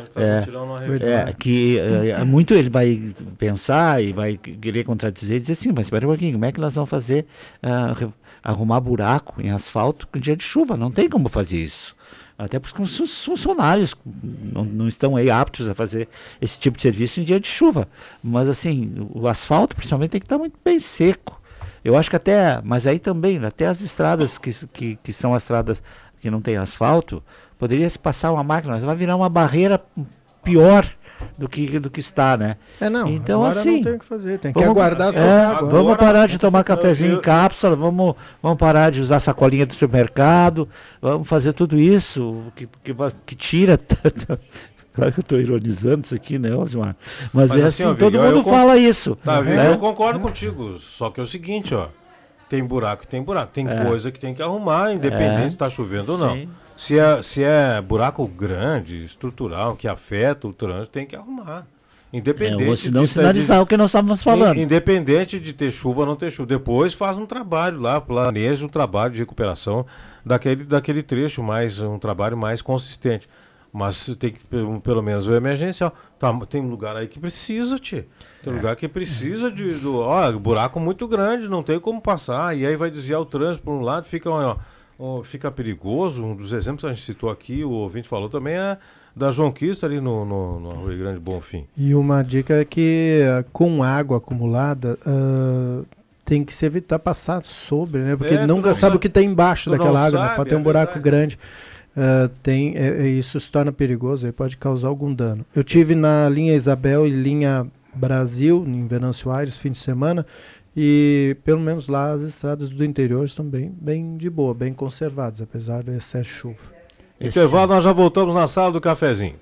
Muito ele vai pensar e vai querer contradizer e dizer assim, mas espera um pouquinho, como é que nós vamos fazer arrumar buraco em asfalto com dia de chuva? Não tem como fazer isso. Até porque os funcionários não estão aí aptos a fazer esse tipo de serviço em dia de chuva. Mas assim, o asfalto principalmente tem que estar muito bem seco. Eu acho que mas aí também, até as estradas que são as estradas que não tem asfalto, poderia se passar uma máquina, mas vai virar uma barreira pior do que está, né? Então agora assim, não tem o que fazer, tem que aguardar vamos parar de tomar cafezinho em cápsula, vamos parar de usar sacolinha do supermercado, vamos fazer tudo isso que tira Claro que eu estou ironizando isso aqui, né, Osmar? Mas é assim, todo mundo fala isso. Tá vendo? Eu concordo contigo, só que é o seguinte, ó, tem buraco e tem buraco, tem coisa que tem que arrumar, independente se está chovendo ou não. Se é buraco grande, estrutural, que afeta o trânsito, tem que arrumar. Independente. Ou se não sinalizar o que nós estávamos falando. Independente de ter chuva ou não ter chuva. Depois faz um trabalho lá, planeja um trabalho de recuperação daquele trecho, um trabalho mais consistente. Mas tem que, pelo menos, o emergencial. Tem lugar aí que precisa, Tem lugar que precisa buraco muito grande, não tem como passar. E aí vai desviar o trânsito por um lado, fica perigoso. Um dos exemplos que a gente citou aqui, o ouvinte falou também, é da João-Quista ali no Rio Grande Bonfim. E uma dica é que com água acumulada, tem que se evitar passar sobre, né? Porque nunca sabe o que está embaixo daquela água, né? Pode ter um buraco grande. Isso se torna perigoso, aí pode causar algum dano. Eu tive na linha Isabel e linha Brasil, em Venâncio Aires, fim de semana, e pelo menos lá as estradas do interior estão bem de boa, bem conservadas, apesar do excesso de chuva. Intervalo, nós já voltamos na sala do cafezinho.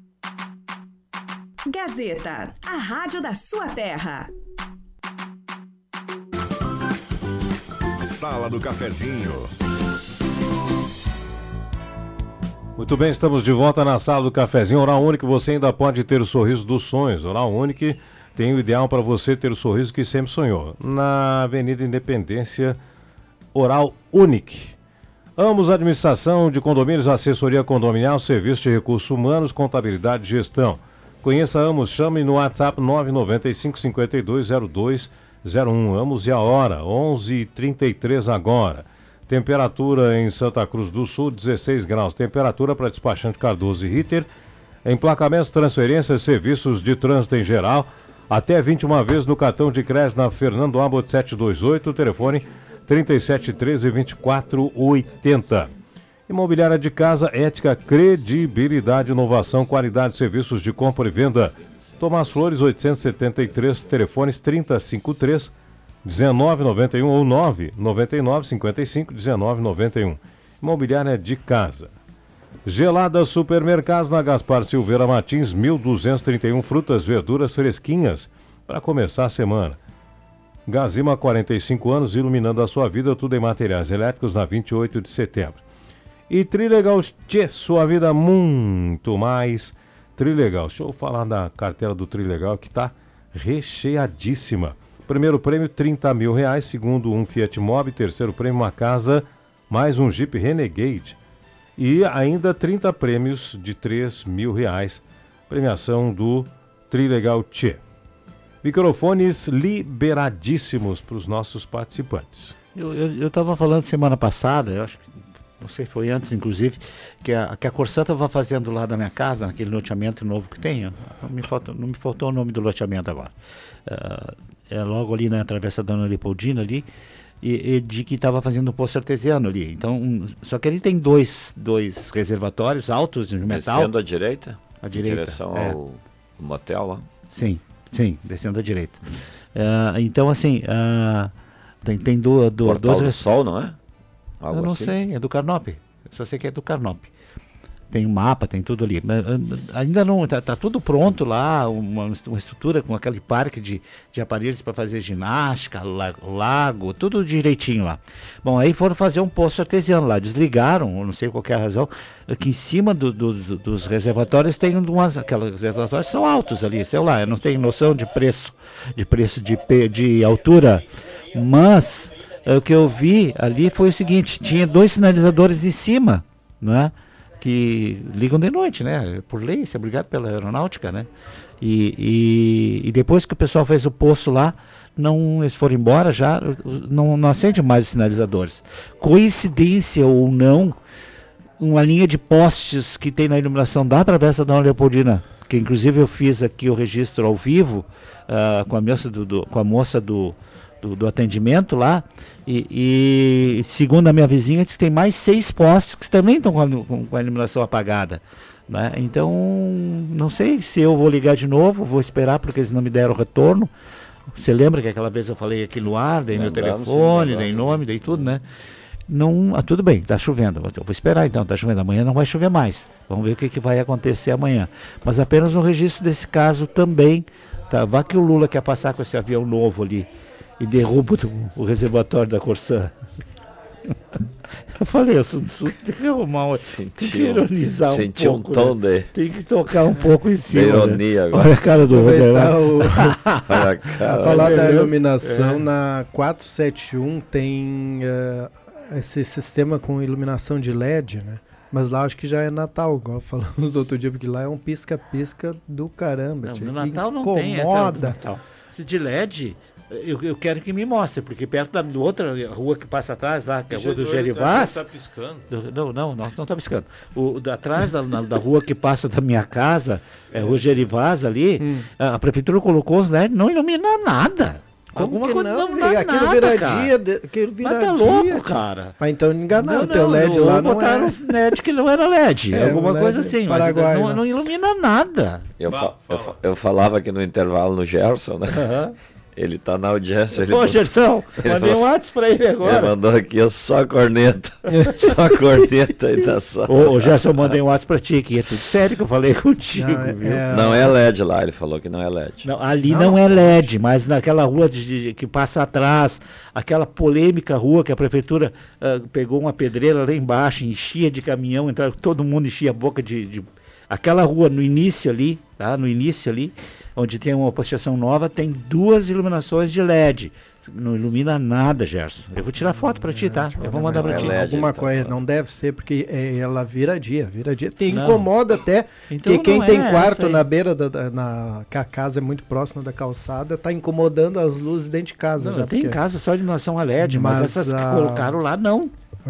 Gazeta, a rádio da sua terra. Sala do cafezinho. Muito bem, estamos de volta na sala do cafezinho. Oral Unique, você ainda pode ter o sorriso dos sonhos. Oral Unique tem o ideal para você ter o sorriso que sempre sonhou. Na Avenida Independência, Oral Unique. Amos Administração de Condomínios, Assessoria Condominial, Serviço de Recursos Humanos, Contabilidade e Gestão. Conheça Amos, chame no WhatsApp 995-520201. Amos e a hora, 11h33 agora. Temperatura em Santa Cruz do Sul, 16 graus. Temperatura para despachante Cardoso e Ritter. Emplacamentos, transferências, serviços de trânsito em geral. Até 21 vezes no cartão de crédito na Fernando Abbott 728. Telefone 3713-2480. Imobiliária de casa, ética, credibilidade, inovação, qualidade, serviços de compra e venda. Tomás Flores 873, telefones 3053-1991 ou 999-55-1991. Imobiliária de casa. Gelada Supermercados na Gaspar Silveira Martins, 1231, frutas, verduras fresquinhas para começar a semana. Gazima, 45 anos, iluminando a sua vida, tudo em materiais elétricos na 28 de setembro. E Trilegal, sua vida muito mais. Trilegal, deixa eu falar da cartela do Trilegal que está recheadíssima. Primeiro prêmio, R$30 mil. Segundo, um Fiat Mobi. Terceiro prêmio, uma casa, mais um Jeep Renegade. E ainda 30 prêmios de R$3 mil. Premiação do Trilegal Tchê. Microfones liberadíssimos para os nossos participantes. Eu estava falando semana passada, eu acho que, não sei, foi antes inclusive, que a Corsã estava fazendo lá da minha casa, naquele loteamento novo que tem. Não me faltou o nome do loteamento agora. É logo ali na Travessa da Dona Leopoldina ali, e de que estava fazendo um poço artesiano ali. Então, só que ele tem dois reservatórios altos de metal. Descendo à direita? À direita. Em direção ao motel lá? Sim, descendo à direita. Então, assim, tem dois... Portal do Sol, não é? Algo Eu não assim? sei, é do Carnop. Eu só sei que é do Carnop. Tem um mapa, tem tudo ali. Ainda não, tá tudo pronto lá, uma estrutura com aquele parque de aparelhos para fazer ginástica, lago, tudo direitinho lá. Bom, aí foram fazer um poço artesiano lá, desligaram, eu não sei qual que é a razão, que em cima dos reservatórios tem aqueles reservatórios são altos ali, sei lá, eu não tenho noção de preço de altura, mas o que eu vi ali foi o seguinte, tinha 2 sinalizadores em cima, né? Que ligam de noite, né? Por lei, isso é obrigado pela aeronáutica, né? E depois que o pessoal fez o poço lá, eles foram embora já, não acende mais os sinalizadores. Coincidência ou não, uma linha de postes que tem na iluminação da Travessa da Dona Leopoldina, que inclusive eu fiz aqui o registro ao vivo com a moça do atendimento lá, e segundo a minha vizinha, diz que tem mais 6 postes que também estão com a iluminação apagada, né? Então, não sei se eu vou ligar de novo, vou esperar porque eles não me deram retorno. Você lembra que aquela vez eu falei aqui no ar, dei meu telefone, dei nome, dei tudo, né? Não, tudo bem, está chovendo, eu vou esperar então, está chovendo, amanhã não vai chover mais, vamos ver o que vai acontecer amanhã, mas apenas um registro desse caso também, tá? Vá que o Lula quer passar com esse avião novo ali e derruba o reservatório da Corsã. Eu falei, eu tem que arrumar, tem que ironizar um pouco. Um tom, né? Tem que tocar um pouco em cima. Ironia, né? Olha a cara do reservatório. Falar da iluminação, na 471 tem esse sistema com iluminação de LED, né? Mas lá acho que já é Natal, igual falamos do outro dia, porque lá é um pisca-pisca do caramba. Não, no Natal não tem essa. Se de LED... Eu quero que me mostre, porque perto da outra rua que passa atrás, lá, que é a rua do Gerivás. Está piscando. Não está piscando. Atrás da rua que passa da minha casa, é a rua Gerivás ali, a prefeitura colocou os LED, não ilumina nada. Como que coisa não dá aquilo nada, vira cara. Aquilo vira mas tá dia. Louco, cara. Mas então enganaram, o teu LED lá não botaram é. LED que não era LED, alguma LED coisa assim, Paraguai, mas não ilumina nada. Eu falava aqui no intervalo no Gerson, né? Ele tá na audiência. Ô, Gerson, mandei um WhatsApp pra ele agora. Ele mandou aqui, só corneta. Só corneta aí tá só. Ô, Gerson, mandei um WhatsApp pra ti aqui. É tudo sério que eu falei contigo, viu? Não é LED lá, ele falou que não é LED. Não, ali não é LED, mas naquela rua que passa atrás, aquela polêmica rua que a prefeitura pegou uma pedreira lá embaixo, enchia de caminhão, todo mundo enchia a boca de... Aquela rua no início ali, tá? No início ali, onde tem uma postação nova, tem 2 iluminações de LED. Não ilumina nada, Gerson. Eu vou tirar foto para ti, tá? Eu vou mandar para ti. LED, alguma coisa, não deve ser, porque ela vira dia. Incomoda até, então, que quem tem quarto na beira, que a casa é muito próxima da calçada, está incomodando as luzes dentro de casa. Não, já tem casa só iluminação a LED, mas essas que colocaram lá, não.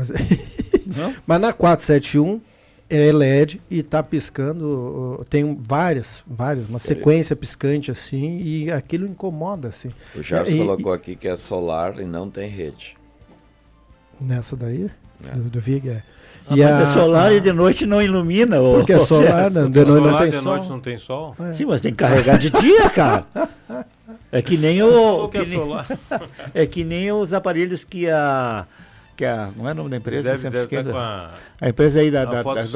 Mas na 471... é LED e tá piscando, tem várias, uma sequência piscante assim, e aquilo incomoda assim. O Gerson colocou aqui que é solar e não tem rede. Nessa daí? Do VIG, mas é solar e de noite não ilumina. Porque é solar, de noite não tem sol. De noite não tem sol? Sim, mas tem que carregar de dia, cara. É que nem o... É que nem os aparelhos que não é o nome da empresa? Deve estar com a empresa aí da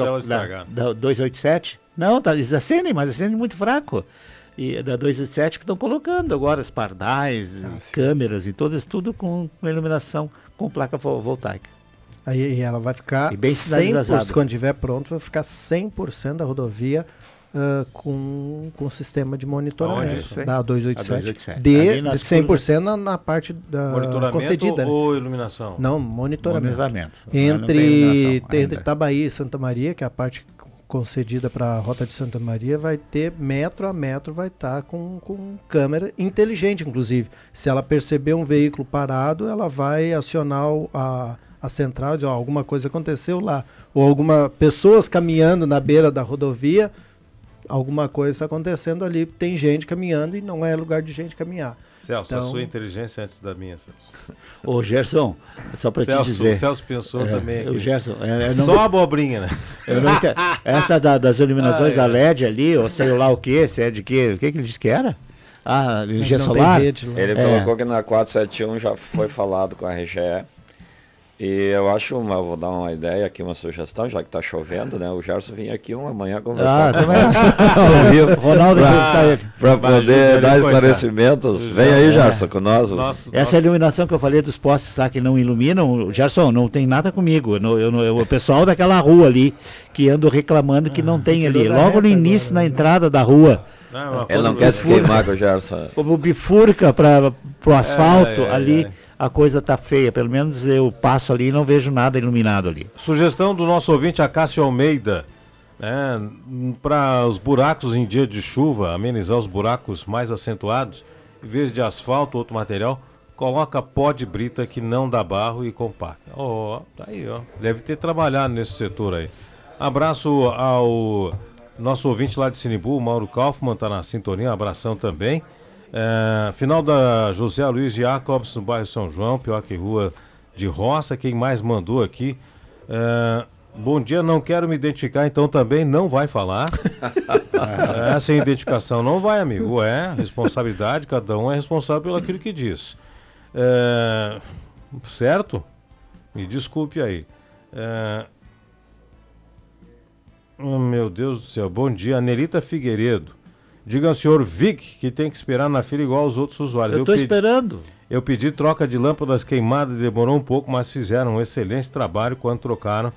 287. Não, eles acendem, mas acendem muito fraco. E da 287 que estão colocando agora, os pardais, câmeras e tudo com iluminação com placa voltaica. Aí ela vai ficar bem 100%, quando estiver pronto, vai ficar 100% da rodovia com sistema de monitoramento da 287 de 100% na parte da concedida, ou iluminação? Não, monitoramento. Entre Itabaí e Santa Maria, que é a parte concedida para a Rota de Santa Maria, vai ter metro a metro, vai estar com câmera inteligente, inclusive. Se ela perceber um veículo parado, ela vai acionar a central, de alguma coisa aconteceu lá, ou pessoas caminhando na beira da rodovia, alguma coisa está acontecendo ali, tem gente caminhando e não é lugar de gente caminhar. Celso, então, a sua inteligência antes da minha, Celso. Ô Gerson, só para te dizer. O Celso pensou também aqui. O Gerson, só a abobrinha, né? Essa das iluminações a LED ali, ou sei lá o que, se é de quê? O que ele disse que era? Energia solar? Ele colocou que na 471 já foi falado com a RGE E eu acho, vou dar uma ideia aqui, uma sugestão, já que está chovendo, né? O Gerson vinha aqui uma manhã conversar com Ronaldo para poder dar esclarecimentos. Vem aí, Gerson, com nós. Essa iluminação que eu falei dos postes que não iluminam, Gerson, não tem nada comigo. O pessoal daquela rua ali que ando reclamando que não tem ali. Logo no início, na entrada da rua. Ele não quer se queimar com o Gerson. Como bifurca para o asfalto ali. A coisa tá feia, pelo menos eu passo ali e não vejo nada iluminado ali. Sugestão do nosso ouvinte, Acácio Almeida, para os buracos em dia de chuva, amenizar os buracos mais acentuados, em vez de asfalto, outro material, coloca pó de brita que não dá barro e compacta. Tá aí, deve ter trabalhado nesse setor aí. Abraço ao nosso ouvinte lá de Sinibu, Mauro Kaufmann, tá na sintonia, abração também. Final da José Luiz Jacobs, no bairro São João, pior que rua de roça. Quem mais mandou aqui? Bom dia, não quero me identificar, então também não vai falar. Sem identificação não vai, amigo. Responsabilidade, cada um é responsável pelo aquilo que diz. Certo? Me desculpe aí. Meu Deus do céu, bom dia, Anelita Figueiredo. Diga ao senhor Vic que tem que esperar na fila igual aos outros usuários. Eu estou esperando. Eu pedi troca de lâmpadas queimadas, demorou um pouco, mas fizeram um excelente trabalho quando trocaram.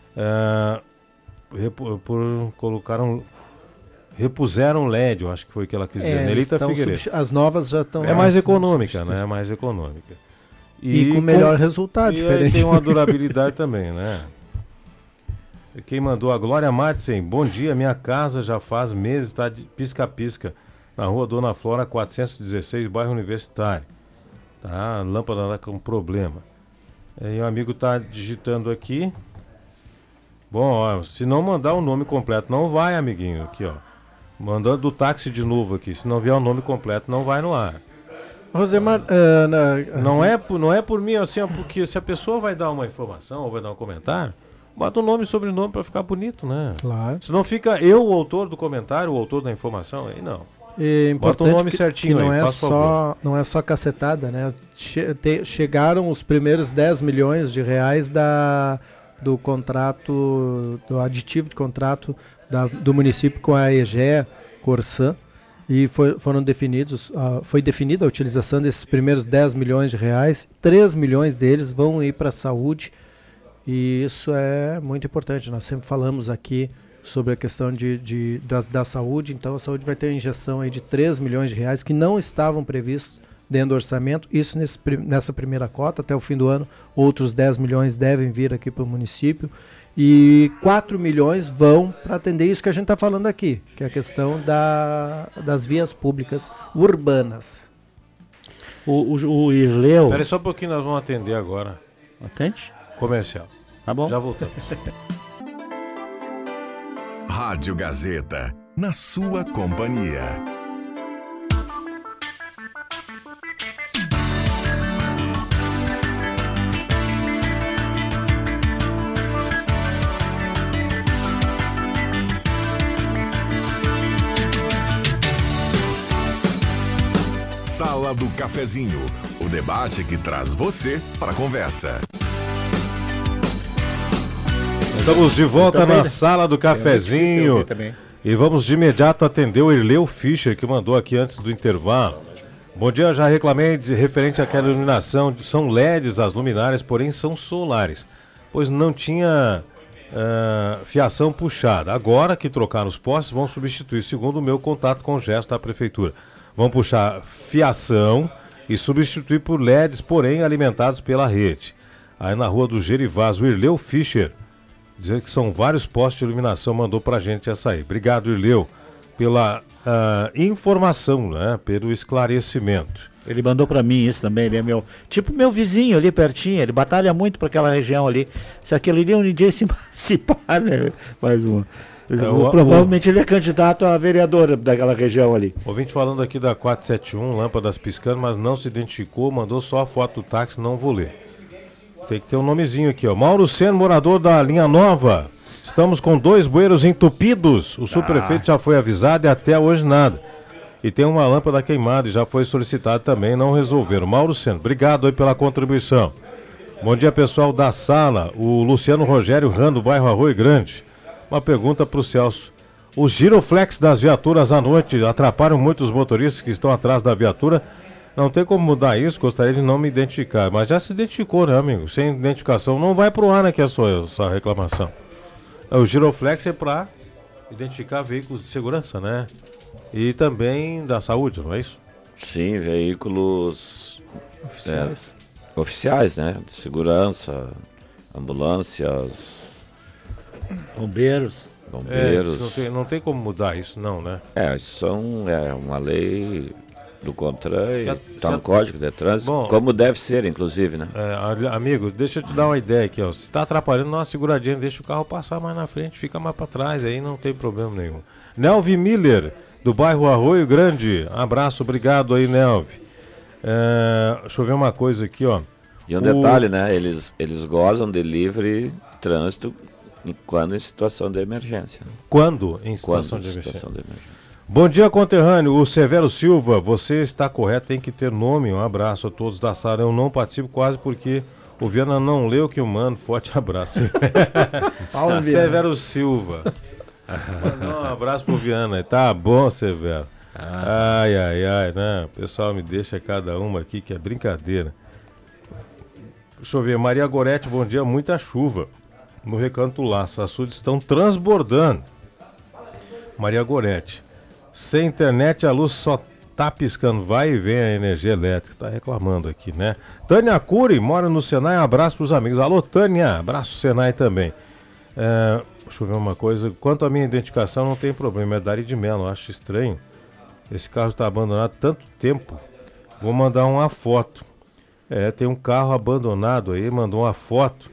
Repuseram LED, eu acho que foi o que ela quis dizer. Nelita Figueiredo. As novas já estão... É mais econômica, né? É mais econômica. E com melhor resultado, diferente. E tem uma durabilidade também, né? Quem mandou? A Glória Madsen. Bom dia, minha casa já faz meses, está de pisca-pisca, na rua Dona Flora 416, bairro Universitário. Tá? A lâmpada está com problema. E o amigo está digitando aqui. Bom, se não mandar o nome completo, não vai, amiguinho. Aqui, mandando do táxi de novo aqui. Se não vier o nome completo, não vai no ar. Rosemar, não é por mim, assim, porque se a pessoa vai dar uma informação ou vai dar um comentário, bota o nome e sobrenome para ficar bonito, né? Claro. Se não fica eu, o autor do comentário, o autor da informação, aí não. Bota o nome certinho que não aí, não é só cacetada, né? Chegaram os primeiros 10 milhões de reais do contrato, do aditivo de contrato do município com a EGE, Corsan, e foram definidos, foi definida a utilização desses primeiros 10 milhões de reais, 3 milhões deles vão ir para a saúde. E isso é muito importante. Nós sempre falamos aqui sobre a questão da saúde. Então a saúde vai ter uma injeção aí de 3 milhões de reais que não estavam previstos dentro do orçamento. Isso nessa primeira cota. Até o fim do ano, outros 10 milhões devem vir aqui para o município. E 4 milhões vão para atender isso que a gente está falando aqui, que é a questão das vias públicas urbanas. O Irleu... Espera só um pouquinho, nós vamos atender agora. Atende? Comercial. Tá bom. Já voltamos. Rádio Gazeta, na sua companhia. Sala do Cafezinho, o debate que traz você para a conversa. Estamos de volta na Sala do Cafezinho e vamos de imediato atender o Irleu Fischer, que mandou aqui antes do intervalo. Bom dia, já reclamei referente àquela iluminação, são LEDs as luminárias, porém são solares, pois não tinha fiação puxada. Agora que trocaram os postes, vão substituir, segundo o meu contato com o gesto da prefeitura. Vão puxar fiação e substituir por LEDs, porém alimentados pela rede. Aí na rua do Gerivás, o Irleu Fischer, dizendo que são vários postes de iluminação, mandou pra gente essa aí. Obrigado, Irleu, pela informação, né? Pelo esclarecimento. Ele mandou pra mim isso também, ele é meu vizinho ali pertinho, ele batalha muito pra aquela região ali. Se aquele ali um dia se emancipar, né? Mais uma. Provavelmente ele é candidato a vereador daquela região ali. Ouvinte falando aqui da 471, lâmpadas piscando, mas não se identificou, mandou só a foto do táxi, não vou ler. Tem que ter um nomezinho aqui, ó. Mauro Seno, morador da Linha Nova. Estamos com 2 bueiros entupidos. O subprefeito já foi avisado e até hoje nada. E tem uma lâmpada queimada e já foi solicitado também, não resolveram. Mauro Seno, obrigado aí pela contribuição. Bom dia, pessoal da sala. O Luciano Rogério Rando, bairro Arroio Grande. Uma pergunta para o Celso. Os giroflex das viaturas à noite atrapalham muito os motoristas que estão atrás da viatura. Não tem como mudar isso, gostaria de não me identificar. Mas já se identificou, né, amigo? Sem identificação não vai pro ar, né, que é a sua reclamação. O giroflex é para identificar veículos de segurança, né? E também da saúde, não é isso? Sim, veículos Oficiais. Oficiais, né? De segurança, ambulâncias, bombeiros. Não tem como mudar isso, não, né? Isso é uma lei do CONTRAN, está no Código de Trânsito, como deve ser, inclusive, né? Amigo, deixa eu te dar uma ideia aqui, ó. Se está atrapalhando, dá uma seguradinha, deixa o carro passar mais na frente, fica mais para trás, aí não tem problema nenhum. Nelvi Miller, do bairro Arroio Grande, abraço, obrigado aí, Nelvi. Deixa eu ver uma coisa aqui, ó. E um detalhe, né? Eles gozam de livre trânsito quando em situação de emergência. Quando em situação de emergência. Bom dia, conterrâneo. O Severo Silva, você está correto, tem que ter nome. Um abraço a todos da sala. Eu não participo quase porque o Viana não leu o que eu mando. Forte abraço. Severo Silva. Um abraço pro Viana. Tá bom, Severo. Ai, né? O pessoal me deixa cada uma aqui, que é brincadeira. Deixa eu ver. Maria Gorete, bom dia. Muita chuva no Recanto Laço. As açudes estão transbordando. Maria Gorete. Sem internet, a luz só tá piscando. Vai e vem a energia elétrica. Tá reclamando aqui, né? Tânia Cury, mora no Senai. Um abraço pros amigos. Alô, Tânia. Abraço Senai também. Deixa eu ver uma coisa. Quanto à minha identificação, não tem problema. É Dari de Mello. Acho estranho. Esse carro está abandonado há tanto tempo. Vou mandar uma foto. Tem um carro abandonado aí. Mandou uma foto.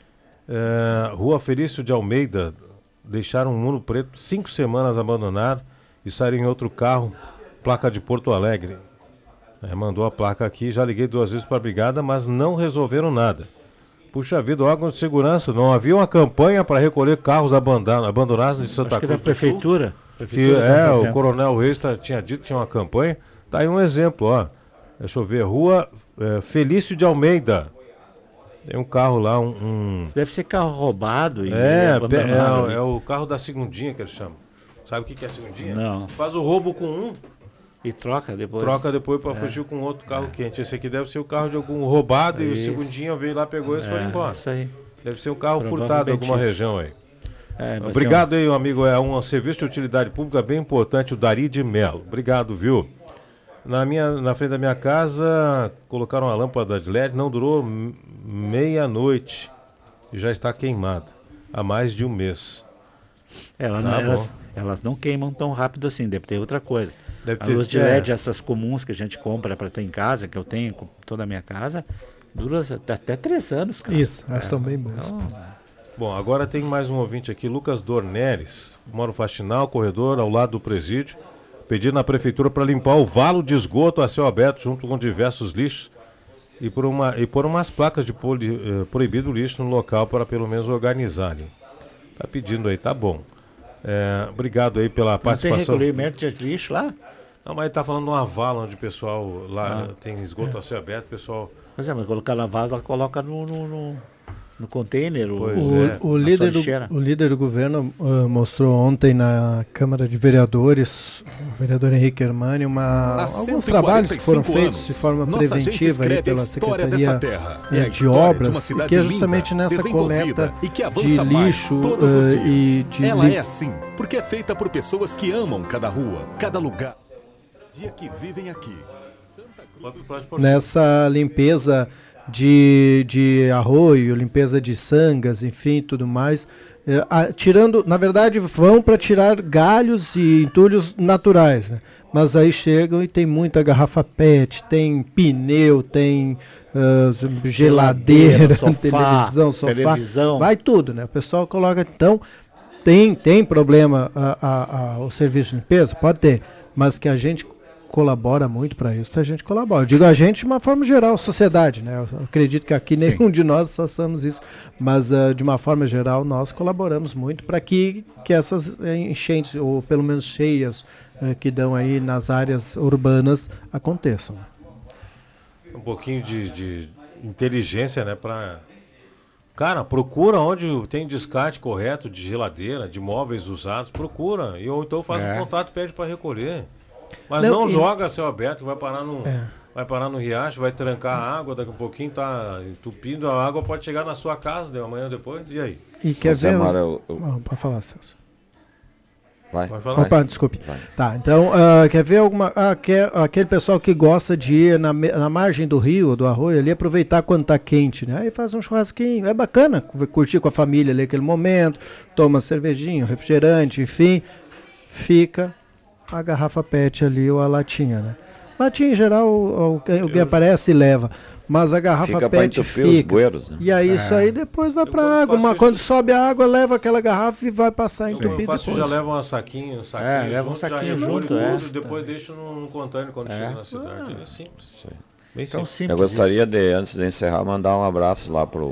Rua Felício de Almeida. Deixaram um Uno preto 5 semanas abandonado. E saíram em outro carro. Placa de Porto Alegre. Mandou a placa aqui. Já liguei 2 vezes para a brigada, mas não resolveram nada. Puxa vida, órgão de segurança. Não havia uma campanha para recolher carros abandonados de Santa Cruz. Da prefeitura. O Coronel Reis tinha dito que tinha uma campanha. Tá aí um exemplo, ó. Deixa eu ver. Rua Felício de Almeida. Tem um carro lá, Deve ser carro roubado e abandonado. É o carro da segundinha que eles chamam. Sabe o que é a segundinha? Não. Faz o roubo com um e troca depois. Troca depois para fugir com outro carro quente. Esse aqui deve ser o carro de algum roubado e o segundinha veio lá, pegou e foi embora. Isso aí. Deve ser um carro furtado em alguma região aí. Obrigado aí, amigo. É um serviço de utilidade pública bem importante, o Dari de Mello. Obrigado, viu? Na frente da minha casa, colocaram uma lâmpada de LED, não durou meia-noite e já está queimada há mais de um mês. Elas não queimam tão rápido assim, deve ter outra coisa. A luz de LED, essas comuns que a gente compra para ter em casa, que eu tenho com toda a minha casa, dura até 3 anos, cara. Isso, elas são bem boas. Bom, agora tem mais um ouvinte aqui, Lucas Dornelis, mora no Faxinal, corredor ao lado do presídio, pedindo na prefeitura para limpar o valo de esgoto a céu aberto junto com diversos lixos e por umas placas de proibido lixo no local para pelo menos organizarem. Tá pedindo aí, tá bom. Obrigado aí pela participação. Não tem recolhimento de lixo lá? Não, mas ele tá falando de uma vala onde o pessoal lá tem esgoto a céu aberto, o pessoal... Mas colocar na vala, coloca no container. O líder do governo mostrou ontem na Câmara de Vereadores, o vereador Henrique Hermani, alguns trabalhos que foram feitos de forma preventiva aí pela Secretaria de Obras, que é justamente nessa coleta de lixo e de... Ela é assim, porque é feita por pessoas que amam cada rua, cada lugar. Dia que vivem aqui. Nessa limpeza de arroio, limpeza de sangas, enfim, tudo mais, na verdade vão para tirar galhos e entulhos naturais, né? Mas aí chegam e tem muita garrafa PET, tem pneu, tem geladeira, televisão, sofá, vai tudo, né? O pessoal coloca, então, tem problema o serviço de limpeza? Pode ter, mas que a gente colabora muito para isso, a gente colabora. Eu digo a gente de uma forma geral, sociedade, né? Eu acredito que aqui nenhum de nós façamos isso, mas de uma forma geral nós colaboramos muito para que essas enchentes, ou pelo menos cheias, que dão aí nas áreas urbanas aconteçam. Um pouquinho de inteligência, né, pra... Cara, procura onde tem descarte correto de geladeira, de móveis usados, procura. Ou então faz um contato e pede para recolher. Mas não joga a céu aberto, vai parar no riacho, vai trancar a água, daqui a pouquinho tá entupindo, a água pode chegar na sua casa, né, amanhã depois, e aí? E quer ver... Pode falar, Celso. Vai. Opa, desculpe. Vai. Tá, então, quer ver aquele pessoal que gosta de ir na margem do rio, do arroio, ali, aproveitar quando tá quente, né? Aí faz um churrasquinho, é bacana, curtir com a família ali aquele momento, toma cervejinho, refrigerante, enfim, fica a garrafa PET ali ou a latinha, né? Latinha, em geral, alguém aparece e leva. Mas a garrafa PET fica. Os bueiros, né? E aí isso aí depois vai pra água. Mas quando sobe a água, leva aquela garrafa e vai passar entupido depois. Já leva um saquinho leva um saquinho junto, depois deixa no container quando chega na cidade. É simples. Bem simples. Eu gostaria de, antes de encerrar, mandar um abraço lá para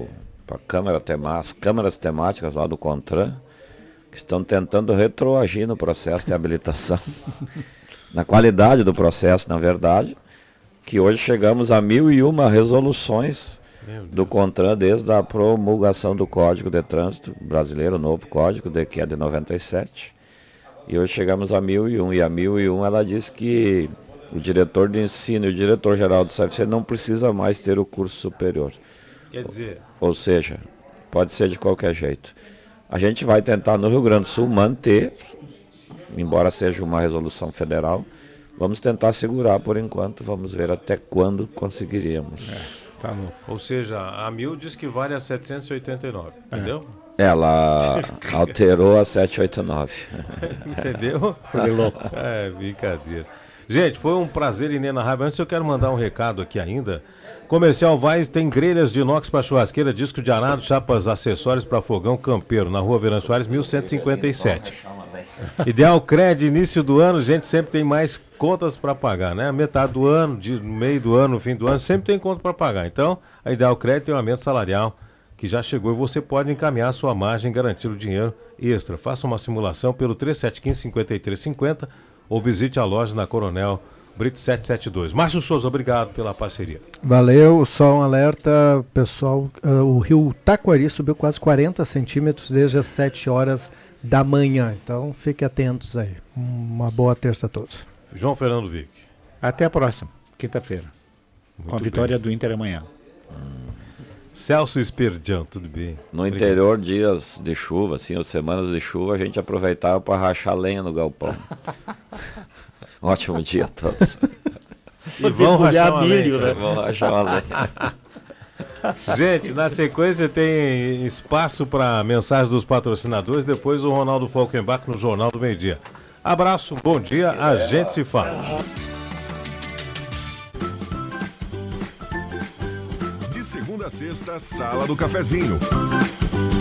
as câmaras temáticas lá do CONTRAN, que estão tentando retroagir no processo de habilitação, na qualidade do processo, na verdade, que hoje chegamos a 1.001 resoluções do CONTRAN desde a promulgação do Código de Trânsito Brasileiro, o novo código, que é de 97, e hoje chegamos a 1.001, e a 1.001 ela diz que o diretor de ensino e o diretor-geral do CFC não precisa mais ter o curso superior. Quer dizer... Ou seja, pode ser de qualquer jeito. A gente vai tentar no Rio Grande do Sul manter, embora seja uma resolução federal, vamos tentar segurar por enquanto, vamos ver até quando conseguiríamos. Tá bom. Ou seja, a 1.000 diz que vale a 789, entendeu? Ela alterou a 789. Entendeu? Foi louco. É, brincadeira. Gente, foi um prazer inenarrável. Antes eu quero mandar um recado aqui ainda. Comercial Vaz tem grelhas de inox para churrasqueira, disco de arado, chapas, acessórios para fogão campeiro, na Rua Verão Soares, 1157. Ideal Cred, início do ano, gente, sempre tem mais contas para pagar, né? Metade do ano, no meio do ano, no fim do ano, sempre tem conta para pagar. Então, a Ideal Cred tem um aumento salarial que já chegou e você pode encaminhar a sua margem e garantir o dinheiro extra. Faça uma simulação pelo 3715-5350 ou visite a loja na Coronel Brito 772. Márcio Souza, obrigado pela parceria. Valeu, só um alerta, pessoal, o rio Taquari subiu quase 40 centímetros desde as 7 horas da manhã, então fiquem atentos aí. Uma boa terça a todos. João Fernando Vick. Até a próxima, quinta-feira, com a vitória do Inter amanhã. Celso Esperdião, tudo bem? No interior, dias de chuva, assim, ou semanas de chuva, a gente aproveitava para rachar lenha no galpão. Ótimo dia a todos. E vão rachar milho, né? Vão rachar uma lenha. Gente, na sequência tem espaço para mensagens dos patrocinadores, depois o Ronaldo Falkenbach no Jornal do Meio-Dia. Abraço, bom dia, a gente se fala. De segunda a sexta, Sala do Cafezinho.